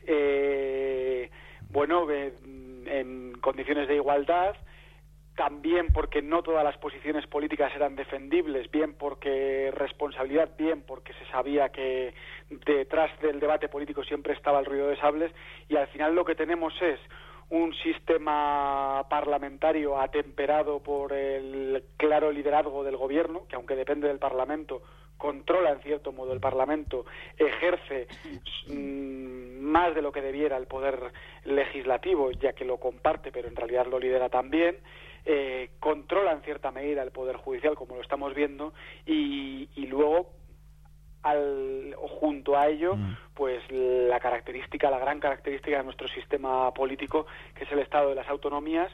eh, bueno, eh, en condiciones de igualdad. También porque no todas las posiciones políticas eran defendibles, bien porque responsabilidad, bien porque se sabía que detrás del debate político siempre estaba el ruido de sables, y al final lo que tenemos es un sistema parlamentario atemperado por el claro liderazgo del gobierno, que aunque depende del Parlamento, controla en cierto modo el Parlamento, ejerce mmm, más de lo que debiera el poder legislativo, ya que lo comparte, pero en realidad lo lidera también. Eh, controla en cierta medida el Poder Judicial, como lo estamos viendo, y, y luego, al, junto a ello, mm. pues la característica, la gran característica de nuestro sistema político, que es el estado de las autonomías,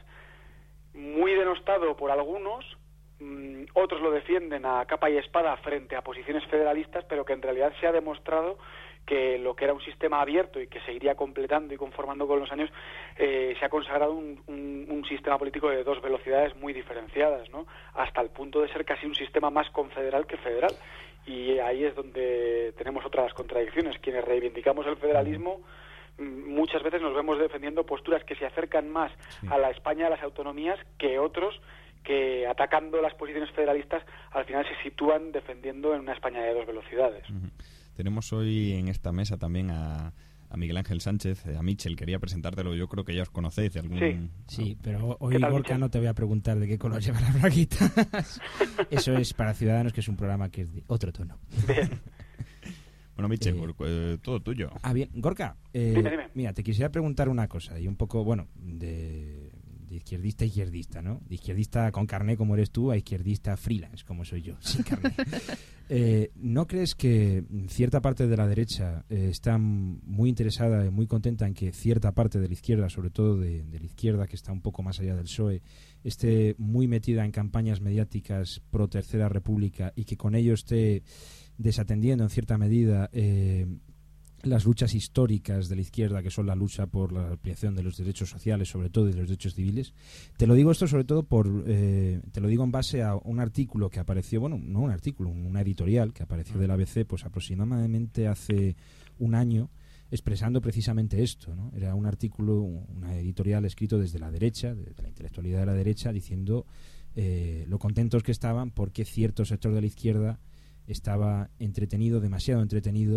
muy denostado por algunos, mmm, otros lo defienden a capa y espada frente a posiciones federalistas, pero que en realidad se ha demostrado que lo que era un sistema abierto y que se iría completando y conformando con los años, eh, se ha consagrado un, un, un sistema político de dos velocidades muy diferenciadas, ¿no? Hasta el punto de ser casi un sistema más confederal que federal. Y ahí es donde tenemos otras contradicciones. Quienes reivindicamos el federalismo, muchas veces nos vemos defendiendo posturas que se acercan más sí. a la España de las autonomías que otros que, atacando las posiciones federalistas, al final se sitúan defendiendo en una España de dos velocidades. Uh-huh. Tenemos hoy en esta mesa también a, a Miguel Ángel Sánchez, a Michel. Quería presentártelo, yo creo que ya os conocéis. De algún... Sí, sí, pero hoy, Gorka, no te voy a preguntar de qué color lleva las braguitas. Eso es para Ciudadanos, que es un programa que es de otro tono. Bien. Bueno, Michel, eh, eh, todo tuyo. Ah, bien. Gorka, eh, dime, dime. Mira, te quisiera preguntar una cosa, y un poco, bueno, de, de izquierdista a izquierdista, ¿no? De izquierdista con carné, como eres tú, a izquierdista freelance, como soy yo, sin carné. Eh, ¿No crees que cierta parte de la derecha eh, está muy interesada y muy contenta en que cierta parte de la izquierda, sobre todo de, de la izquierda que está un poco más allá del P S O E, esté muy metida en campañas mediáticas pro Tercera República y que con ello esté desatendiendo en cierta medida eh, las luchas históricas de la izquierda, que son la lucha por la ampliación de los derechos sociales, sobre todo de los derechos civiles? Te lo digo esto sobre todo por, eh, te lo digo en base a un artículo que apareció, bueno, no un artículo, una editorial que apareció del A B C, pues aproximadamente hace un año, expresando precisamente esto, ¿no? Era un artículo, una editorial escrito desde la derecha, desde la intelectualidad de la derecha, diciendo eh, lo contentos que estaban porque cierto sector de la izquierda estaba entretenido, demasiado entretenido,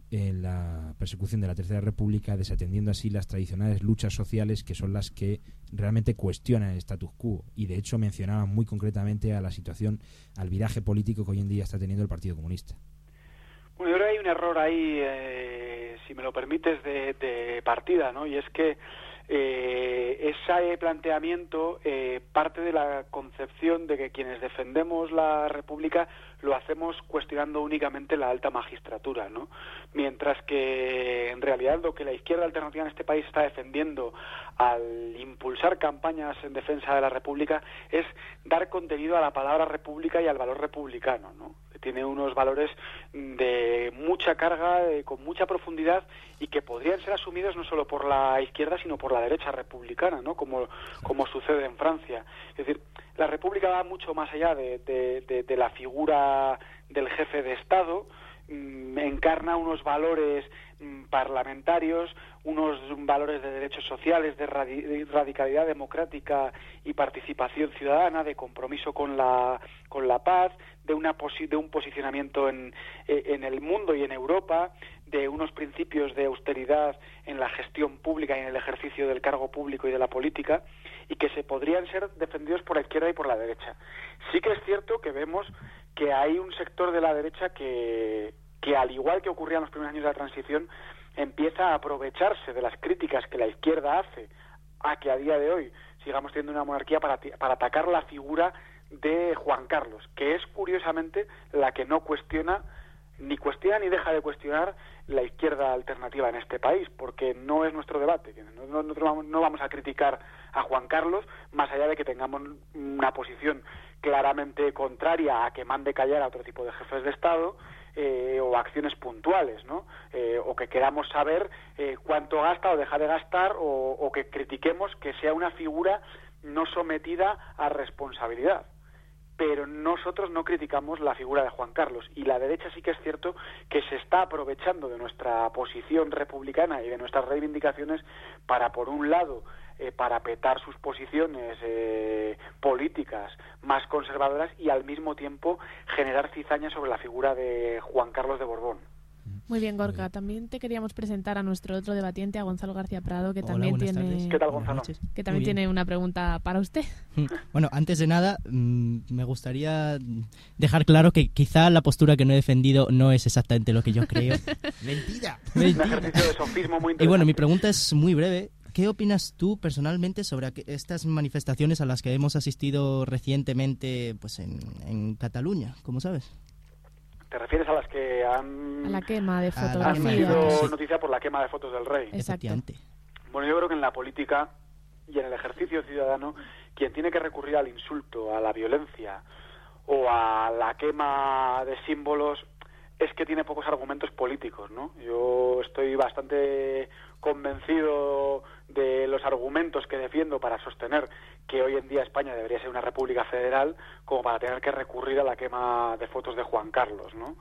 en la persecución de la Tercera República, desatendiendo así las tradicionales luchas sociales que son las que realmente cuestionan el status quo. Y de hecho mencionaban muy concretamente a la situación, al viraje político que hoy en día está teniendo el Partido Comunista. Bueno, yo creo que hay un error ahí, eh, si me lo permites, de, de partida, ¿no? Y es que eh, ese planteamiento eh, parte de la concepción de que quienes defendemos la República lo hacemos cuestionando únicamente la alta magistratura, ¿no? Mientras que en realidad lo que la izquierda alternativa en este país está defendiendo al impulsar campañas en defensa de la República es dar contenido a la palabra república y al valor republicano, ¿no? Que tiene unos valores de mucha carga, de, con mucha profundidad y que podrían ser asumidos no solo por la izquierda sino por la derecha republicana, ¿no? Como, como sucede en Francia. Es decir, la República va mucho más allá de, de, de, de la figura del jefe de Estado, mmm, encarna unos valores mmm, parlamentarios, unos valores de derechos sociales, de, radi de radicalidad democrática y participación ciudadana, de compromiso con la, con la paz, de, una posi de un posicionamiento en, en el mundo y en Europa, de unos principios de austeridad en la gestión pública y en el ejercicio del cargo público y de la política, y que se podrían ser defendidos por la izquierda y por la derecha. Sí que es cierto que vemos que hay un sector de la derecha que, que al igual que ocurría en los primeros años de la transición, empieza a aprovecharse de las críticas que la izquierda hace a que a día de hoy sigamos teniendo una monarquía para, para atacar la figura de Juan Carlos, que es curiosamente la que no cuestiona, ni cuestiona ni deja de cuestionar la izquierda alternativa en este país, porque no es nuestro debate. No, no, no, no vamos a criticar a Juan Carlos, más allá de que tengamos una posición claramente contraria a que mande callar a otro tipo de jefes de Estado, eh, o acciones puntuales, ¿no? Eh, o que queramos saber eh, cuánto gasta o deja de gastar, o, o que critiquemos que sea una figura no sometida a responsabilidad. Pero nosotros no criticamos la figura de Juan Carlos, y la derecha sí que es cierto que se está aprovechando de nuestra posición republicana y de nuestras reivindicaciones para, por un lado, eh, parapetar sus posiciones eh, políticas más conservadoras y al mismo tiempo generar cizaña sobre la figura de Juan Carlos de Borbón. Muy bien, Gorka. También te queríamos presentar a nuestro otro debatiente, a Gonzalo García Prado, que Hola, también buenas tiene tardes. ¿Qué tal, Gonzalo? que también tiene una pregunta para usted. Bueno, antes de nada, mmm, me gustaría dejar claro que quizá la postura que no he defendido no es exactamente lo que yo creo. ¡Mentira! Un ejercicio de sofismo muy interesante. Y bueno, mi pregunta es muy breve. ¿Qué opinas tú personalmente sobre estas manifestaciones a las que hemos asistido recientemente, pues en, en Cataluña, como sabes? ¿Te refieres a las que han, A la quema de A la han quema de fotografías. fotos, sido sí. noticia por la quema de fotos del rey? Exacto. Efectivamente. Bueno, yo creo que en la política y en el ejercicio ciudadano, quien tiene que recurrir al insulto, a la violencia o a la quema de símbolos es que tiene pocos argumentos políticos, ¿no? Yo estoy bastante convencido de los argumentos que defiendo para sostener que hoy en día España debería ser una república federal, como para tener que recurrir a la quema de fotos de Juan Carlos, ¿no?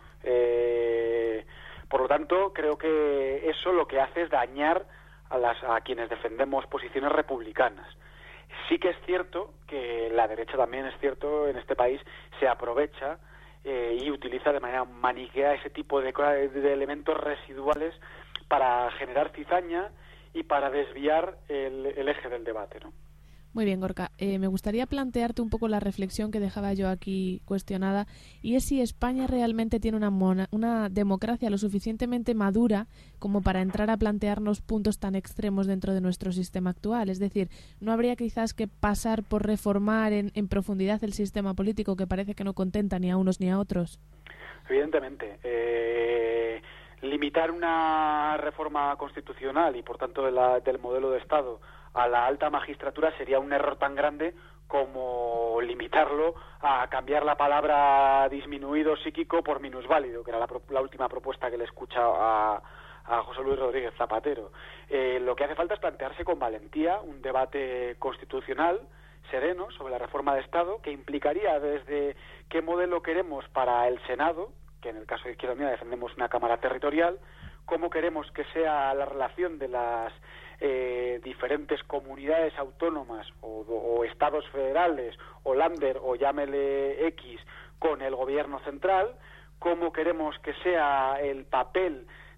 Eh, por lo tanto, creo que eso lo que hace es dañar a, las, a quienes defendemos posiciones republicanas. Sí que es cierto que la derecha también es cierto en este país se aprovecha eh, y utiliza de manera maniquea ese tipo de, de elementos residuales para generar cizaña y para desviar el, el eje del debate, ¿no? Muy bien, Gorka. Eh, me gustaría plantearte un poco la reflexión que dejaba yo aquí cuestionada, y es si España realmente tiene una, mona, una democracia lo suficientemente madura como para entrar a plantearnos puntos tan extremos dentro de nuestro sistema actual. Es decir, ¿no habría quizás que pasar por reformar en, en profundidad el sistema político, que parece que no contenta ni a unos ni a otros? Evidentemente. Eh, limitar una reforma constitucional y, por tanto, de la, del modelo de Estado a la alta magistratura sería un error tan grande como limitarlo a cambiar la palabra disminuido psíquico por minusválido, que era la, la última propuesta que le he escuchado a, a José Luis Rodríguez Zapatero. Eh, lo que hace falta es plantearse con valentía un debate constitucional sereno sobre la reforma de Estado, que implicaría desde qué modelo queremos para el Senado, que en el caso de Izquierda Unida defendemos una Cámara territorial, cómo queremos que sea la relación de las eh, diferentes comunidades autónomas o, o estados federales o Länder o llámele X con el gobierno central, cómo queremos que sea el papel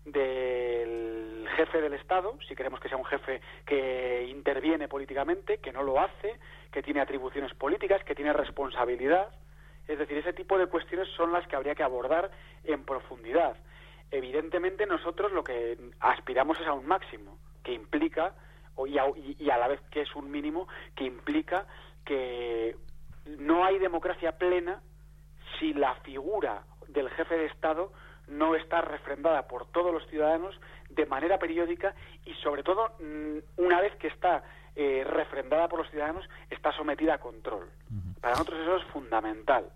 del jefe del Estado, si queremos que sea un jefe que interviene políticamente, que no lo hace, que tiene atribuciones políticas, que tiene responsabilidad. Es decir, ese tipo de cuestiones son las que habría que abordar en profundidad. Evidentemente nosotros lo que aspiramos es a un máximo, que implica, y a, y a la vez que es un mínimo, que implica que no hay democracia plena si la figura del jefe de Estado no está refrendada por todos los ciudadanos de manera periódica y, sobre todo, una vez que está eh, refrendada por los ciudadanos, está sometida a control. Uh-huh. Para nosotros eso es fundamental.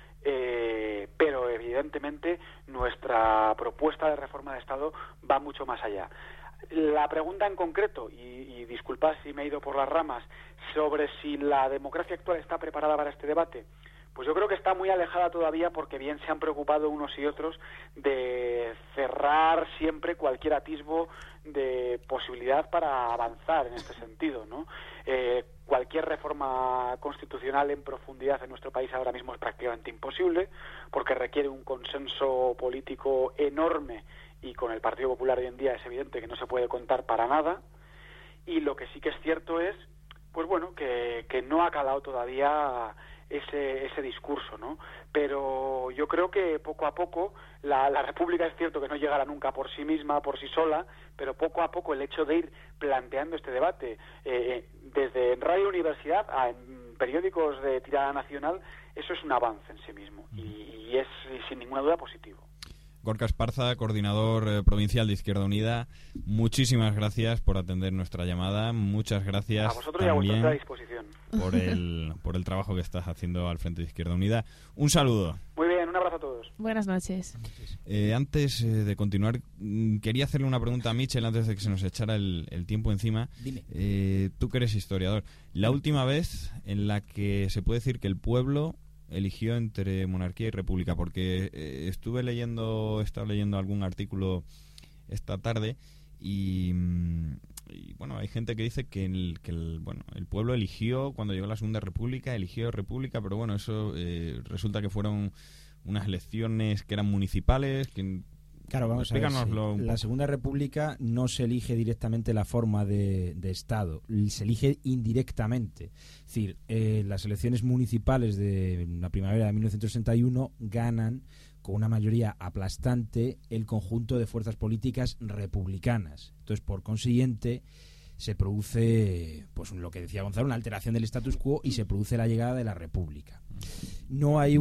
Eh, pero, evidentemente, nuestra propuesta de reforma de Estado va mucho más allá. La pregunta en concreto, y, y disculpad si me he ido por las ramas, sobre si la democracia actual está preparada para este debate, pues yo creo que está muy alejada todavía, porque bien se han preocupado unos y otros de cerrar siempre cualquier atisbo de posibilidad para avanzar en este sentido, ¿no? Eh, cualquier reforma constitucional en profundidad en nuestro país ahora mismo es prácticamente imposible, porque requiere un consenso político enorme, y con el Partido Popular hoy en día es evidente que no se puede contar para nada. Y lo que sí que es cierto es, pues bueno, que, que no ha calado todavía ese ese discurso, ¿no? Pero yo creo que poco a poco la, la República, es cierto que no llegará nunca por sí misma, por sí sola, pero poco a poco el hecho de ir planteando este debate eh, desde Radio Universidad a en periódicos de tirada nacional, eso es un avance en sí mismo y, y es sin ninguna duda positivo. Gorka Esparza, coordinador eh, provincial de Izquierda Unida, muchísimas gracias por atender nuestra llamada. Muchas gracias a vosotros y a vuestra disposición por el, por el trabajo que estás haciendo al frente de Izquierda Unida. Un saludo. Muy bien, un abrazo a todos. Buenas noches. Eh, antes eh, de continuar, quería hacerle una pregunta a Michel antes de que se nos echara el, el tiempo encima. Dime. Eh, tú que eres historiador, la última vez en la que se puede decir que el pueblo eligió entre monarquía y república, porque eh, estuve leyendo, he estado leyendo algún artículo esta tarde y, y bueno, hay gente que dice que el, que el bueno el pueblo eligió cuando llegó la Segunda República, eligió república, pero bueno, eso eh, resulta que fueron unas elecciones que eran municipales, que Claro, vamos a ver, sí. La Segunda República no se elige directamente la forma de, de Estado, se elige indirectamente. Es decir, eh, las elecciones municipales de la primavera de mil novecientos sesenta y uno ganan con una mayoría aplastante el conjunto de fuerzas políticas republicanas. Entonces, por consiguiente, se produce, pues lo que decía Gonzalo, una alteración del status quo y se produce la llegada de la República. No hay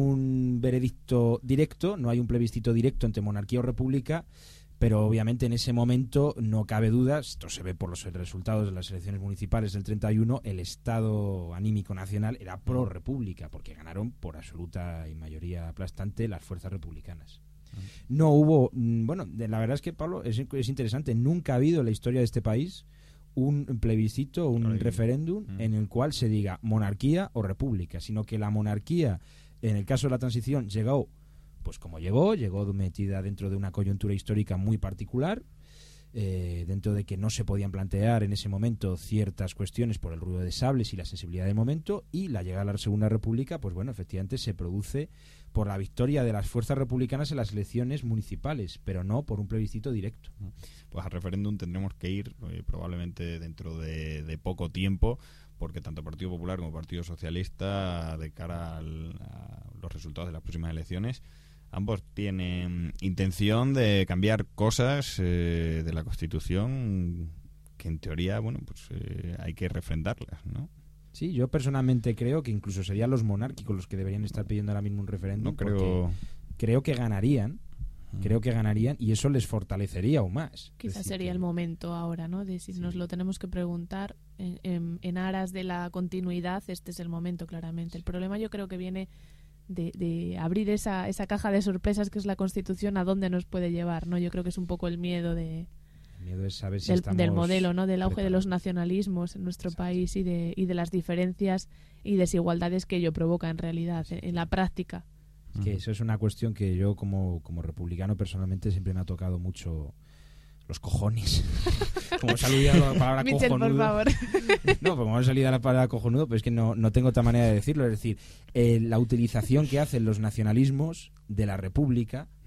un veredicto directo, no hay un plebiscito directo entre monarquía o república, pero obviamente en ese momento no cabe duda, esto se ve por los resultados de las elecciones municipales del treinta y uno, el estado anímico nacional era pro república, porque ganaron por absoluta y mayoría aplastante las fuerzas republicanas. No hubo, bueno, la verdad es que, Pablo, es, es interesante, nunca ha habido en la historia de este país un plebiscito, un Ay, referéndum mm. en el cual se diga monarquía o república, sino que la monarquía, en el caso de la transición, llegó pues como llegó, llegó metida dentro de una coyuntura histórica muy particular, eh, dentro de que no se podían plantear en ese momento ciertas cuestiones por el ruido de sables y la sensibilidad del momento, y la llegada a la Segunda República, pues bueno, efectivamente se produce por la victoria de las fuerzas republicanas en las elecciones municipales, pero no por un plebiscito directo. Pues al referéndum tendremos que ir eh, probablemente dentro de, de poco tiempo, porque tanto Partido Popular como Partido Socialista, de cara al, a los resultados de las próximas elecciones, ambos tienen intención de cambiar cosas eh, de la Constitución que en teoría, bueno, pues eh, hay que refrendarlas, ¿no? Sí, yo personalmente creo que incluso serían los monárquicos los que deberían estar pidiendo ahora mismo un referéndum. No creo... creo que ganarían, creo que ganarían y eso les fortalecería aún más. Quizás decir, sería que... el momento ahora, ¿no? De si sí. nos lo tenemos que preguntar en, en, en aras de la continuidad, este es el momento claramente. El problema yo creo que viene de, de abrir esa, esa caja de sorpresas que es la Constitución, a dónde nos puede llevar, ¿no? Yo creo que es un poco el miedo de... El miedo es saber si del, estamos del modelo, ¿no? Del auge preparados. De los nacionalismos en nuestro Exacto. país y de, y de las diferencias y desigualdades que ello provoca en realidad, en, en la práctica. Es que eso es una cuestión que yo como, como republicano personalmente siempre me ha tocado mucho los cojones. Como se ha olvidado la palabra Michel, cojonudo. por favor. No, pues como ha salido la palabra cojonudo, pero es que no, no tengo otra manera de decirlo. Es decir, eh, la utilización que hacen los nacionalismos de la república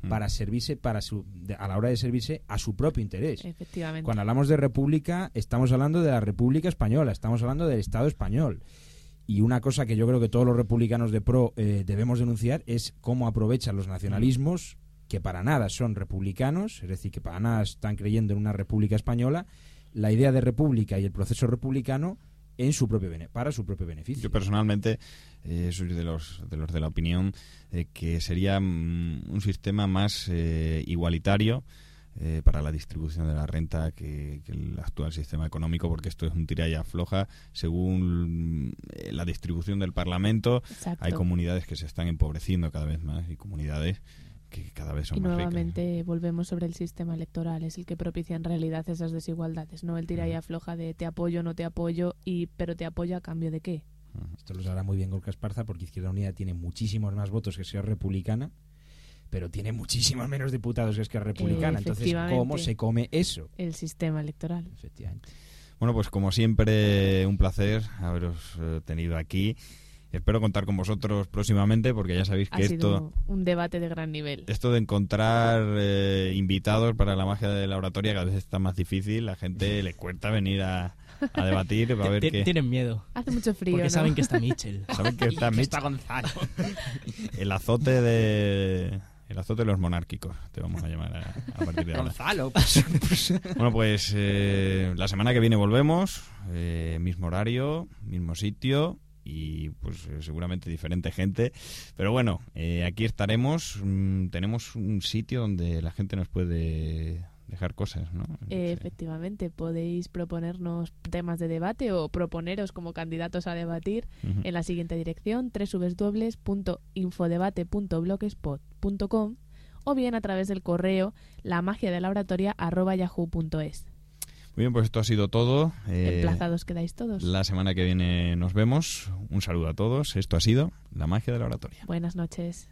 para servirse para su de, a la hora de servirse a su propio interés. Efectivamente. Cuando hablamos de república, estamos hablando de la República Española, estamos hablando del Estado español. Y una cosa que yo creo que todos los republicanos de pro eh, debemos denunciar es cómo aprovechan los nacionalismos, que para nada son republicanos, es decir, que para nada están creyendo en una república española, la idea de república y el proceso republicano en su propio bene- para su propio beneficio. Yo personalmente eh, soy de los de los de la opinión eh, que sería mm, un sistema más eh, igualitario eh, para la distribución de la renta que, que el actual sistema económico, porque esto es un tira y afloja según eh, la distribución del Parlamento. Exacto. Hay comunidades que se están empobreciendo cada vez más y comunidades que cada vez son y más nuevamente volvemos sobre el sistema electoral, es el que propicia en realidad esas desigualdades, no el tira y afloja de te apoyo, no te apoyo, y pero te apoyo a cambio de qué. Esto lo sabrá muy bien Gorka Esparza, porque Izquierda Unida tiene muchísimos más votos que Esquerra Republicana, pero tiene muchísimos menos diputados que Esquerra Republicana. Entonces, ¿cómo se come eso? El sistema electoral. Efectivamente. Bueno, pues como siempre, un placer haberos eh, tenido aquí. Espero contar con vosotros próximamente, porque ya sabéis que ha esto... sido un debate de gran nivel. Esto de encontrar eh, invitados para la magia de la oratoria cada vez está más difícil. La gente le cuesta venir a, a debatir. Va a ver que... Tienen miedo. Hace mucho frío, porque ¿no? saben que está Mitchell. Saben que está y que Mitch. está Gonzalo. El azote de... El azote de los monárquicos, te vamos a llamar a, a partir de ahora. Gonzalo. Bueno, pues eh, la semana que viene volvemos. Eh, mismo horario, mismo sitio. Y pues eh, seguramente diferente gente, pero bueno, eh, aquí estaremos. Mm, tenemos un sitio donde la gente nos puede dejar cosas, ¿no? Eh, efectivamente, podéis proponernos temas de debate o proponeros como candidatos a debatir uh-huh. en la siguiente dirección: doble u doble u doble u punto infodebate punto blogspot punto com o bien a través del correo la magia de la oratoria arroba yahoo punto es. Muy bien, pues esto ha sido todo. Eh, Emplazados quedáis todos. La semana que viene nos vemos. Un saludo a todos. Esto ha sido La Magia de la Oratoria. Buenas noches.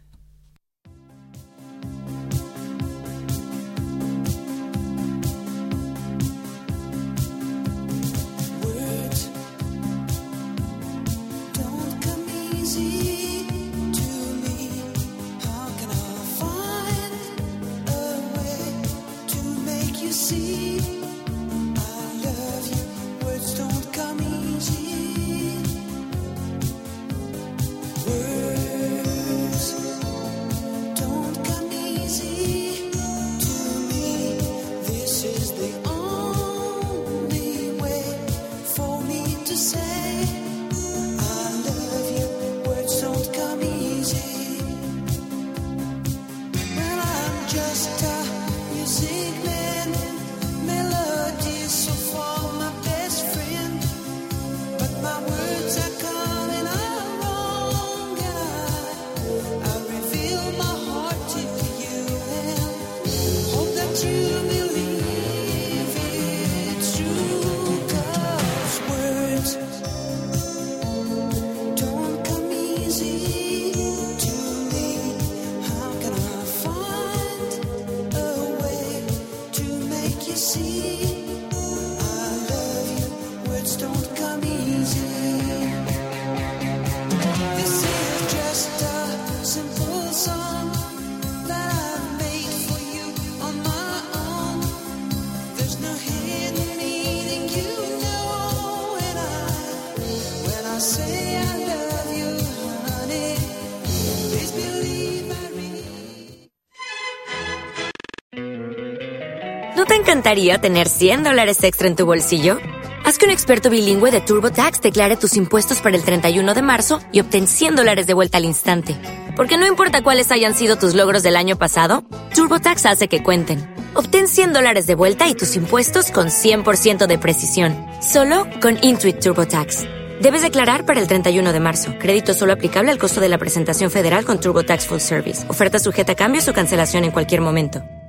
¿No te encantaría tener cien dólares extra en tu bolsillo? Haz que un experto bilingüe de TurboTax declare tus impuestos para el treinta y uno de marzo y obtén cien dólares de vuelta al instante. Porque no importa cuáles hayan sido tus logros del año pasado, TurboTax hace que cuenten. Obtén cien dólares de vuelta y tus impuestos con cien por ciento de precisión. Solo con Intuit TurboTax. Debes declarar para el treinta y uno de marzo. Crédito solo aplicable al costo de la presentación federal con TurboTax Full Service. Oferta sujeta a cambios o cancelación en cualquier momento.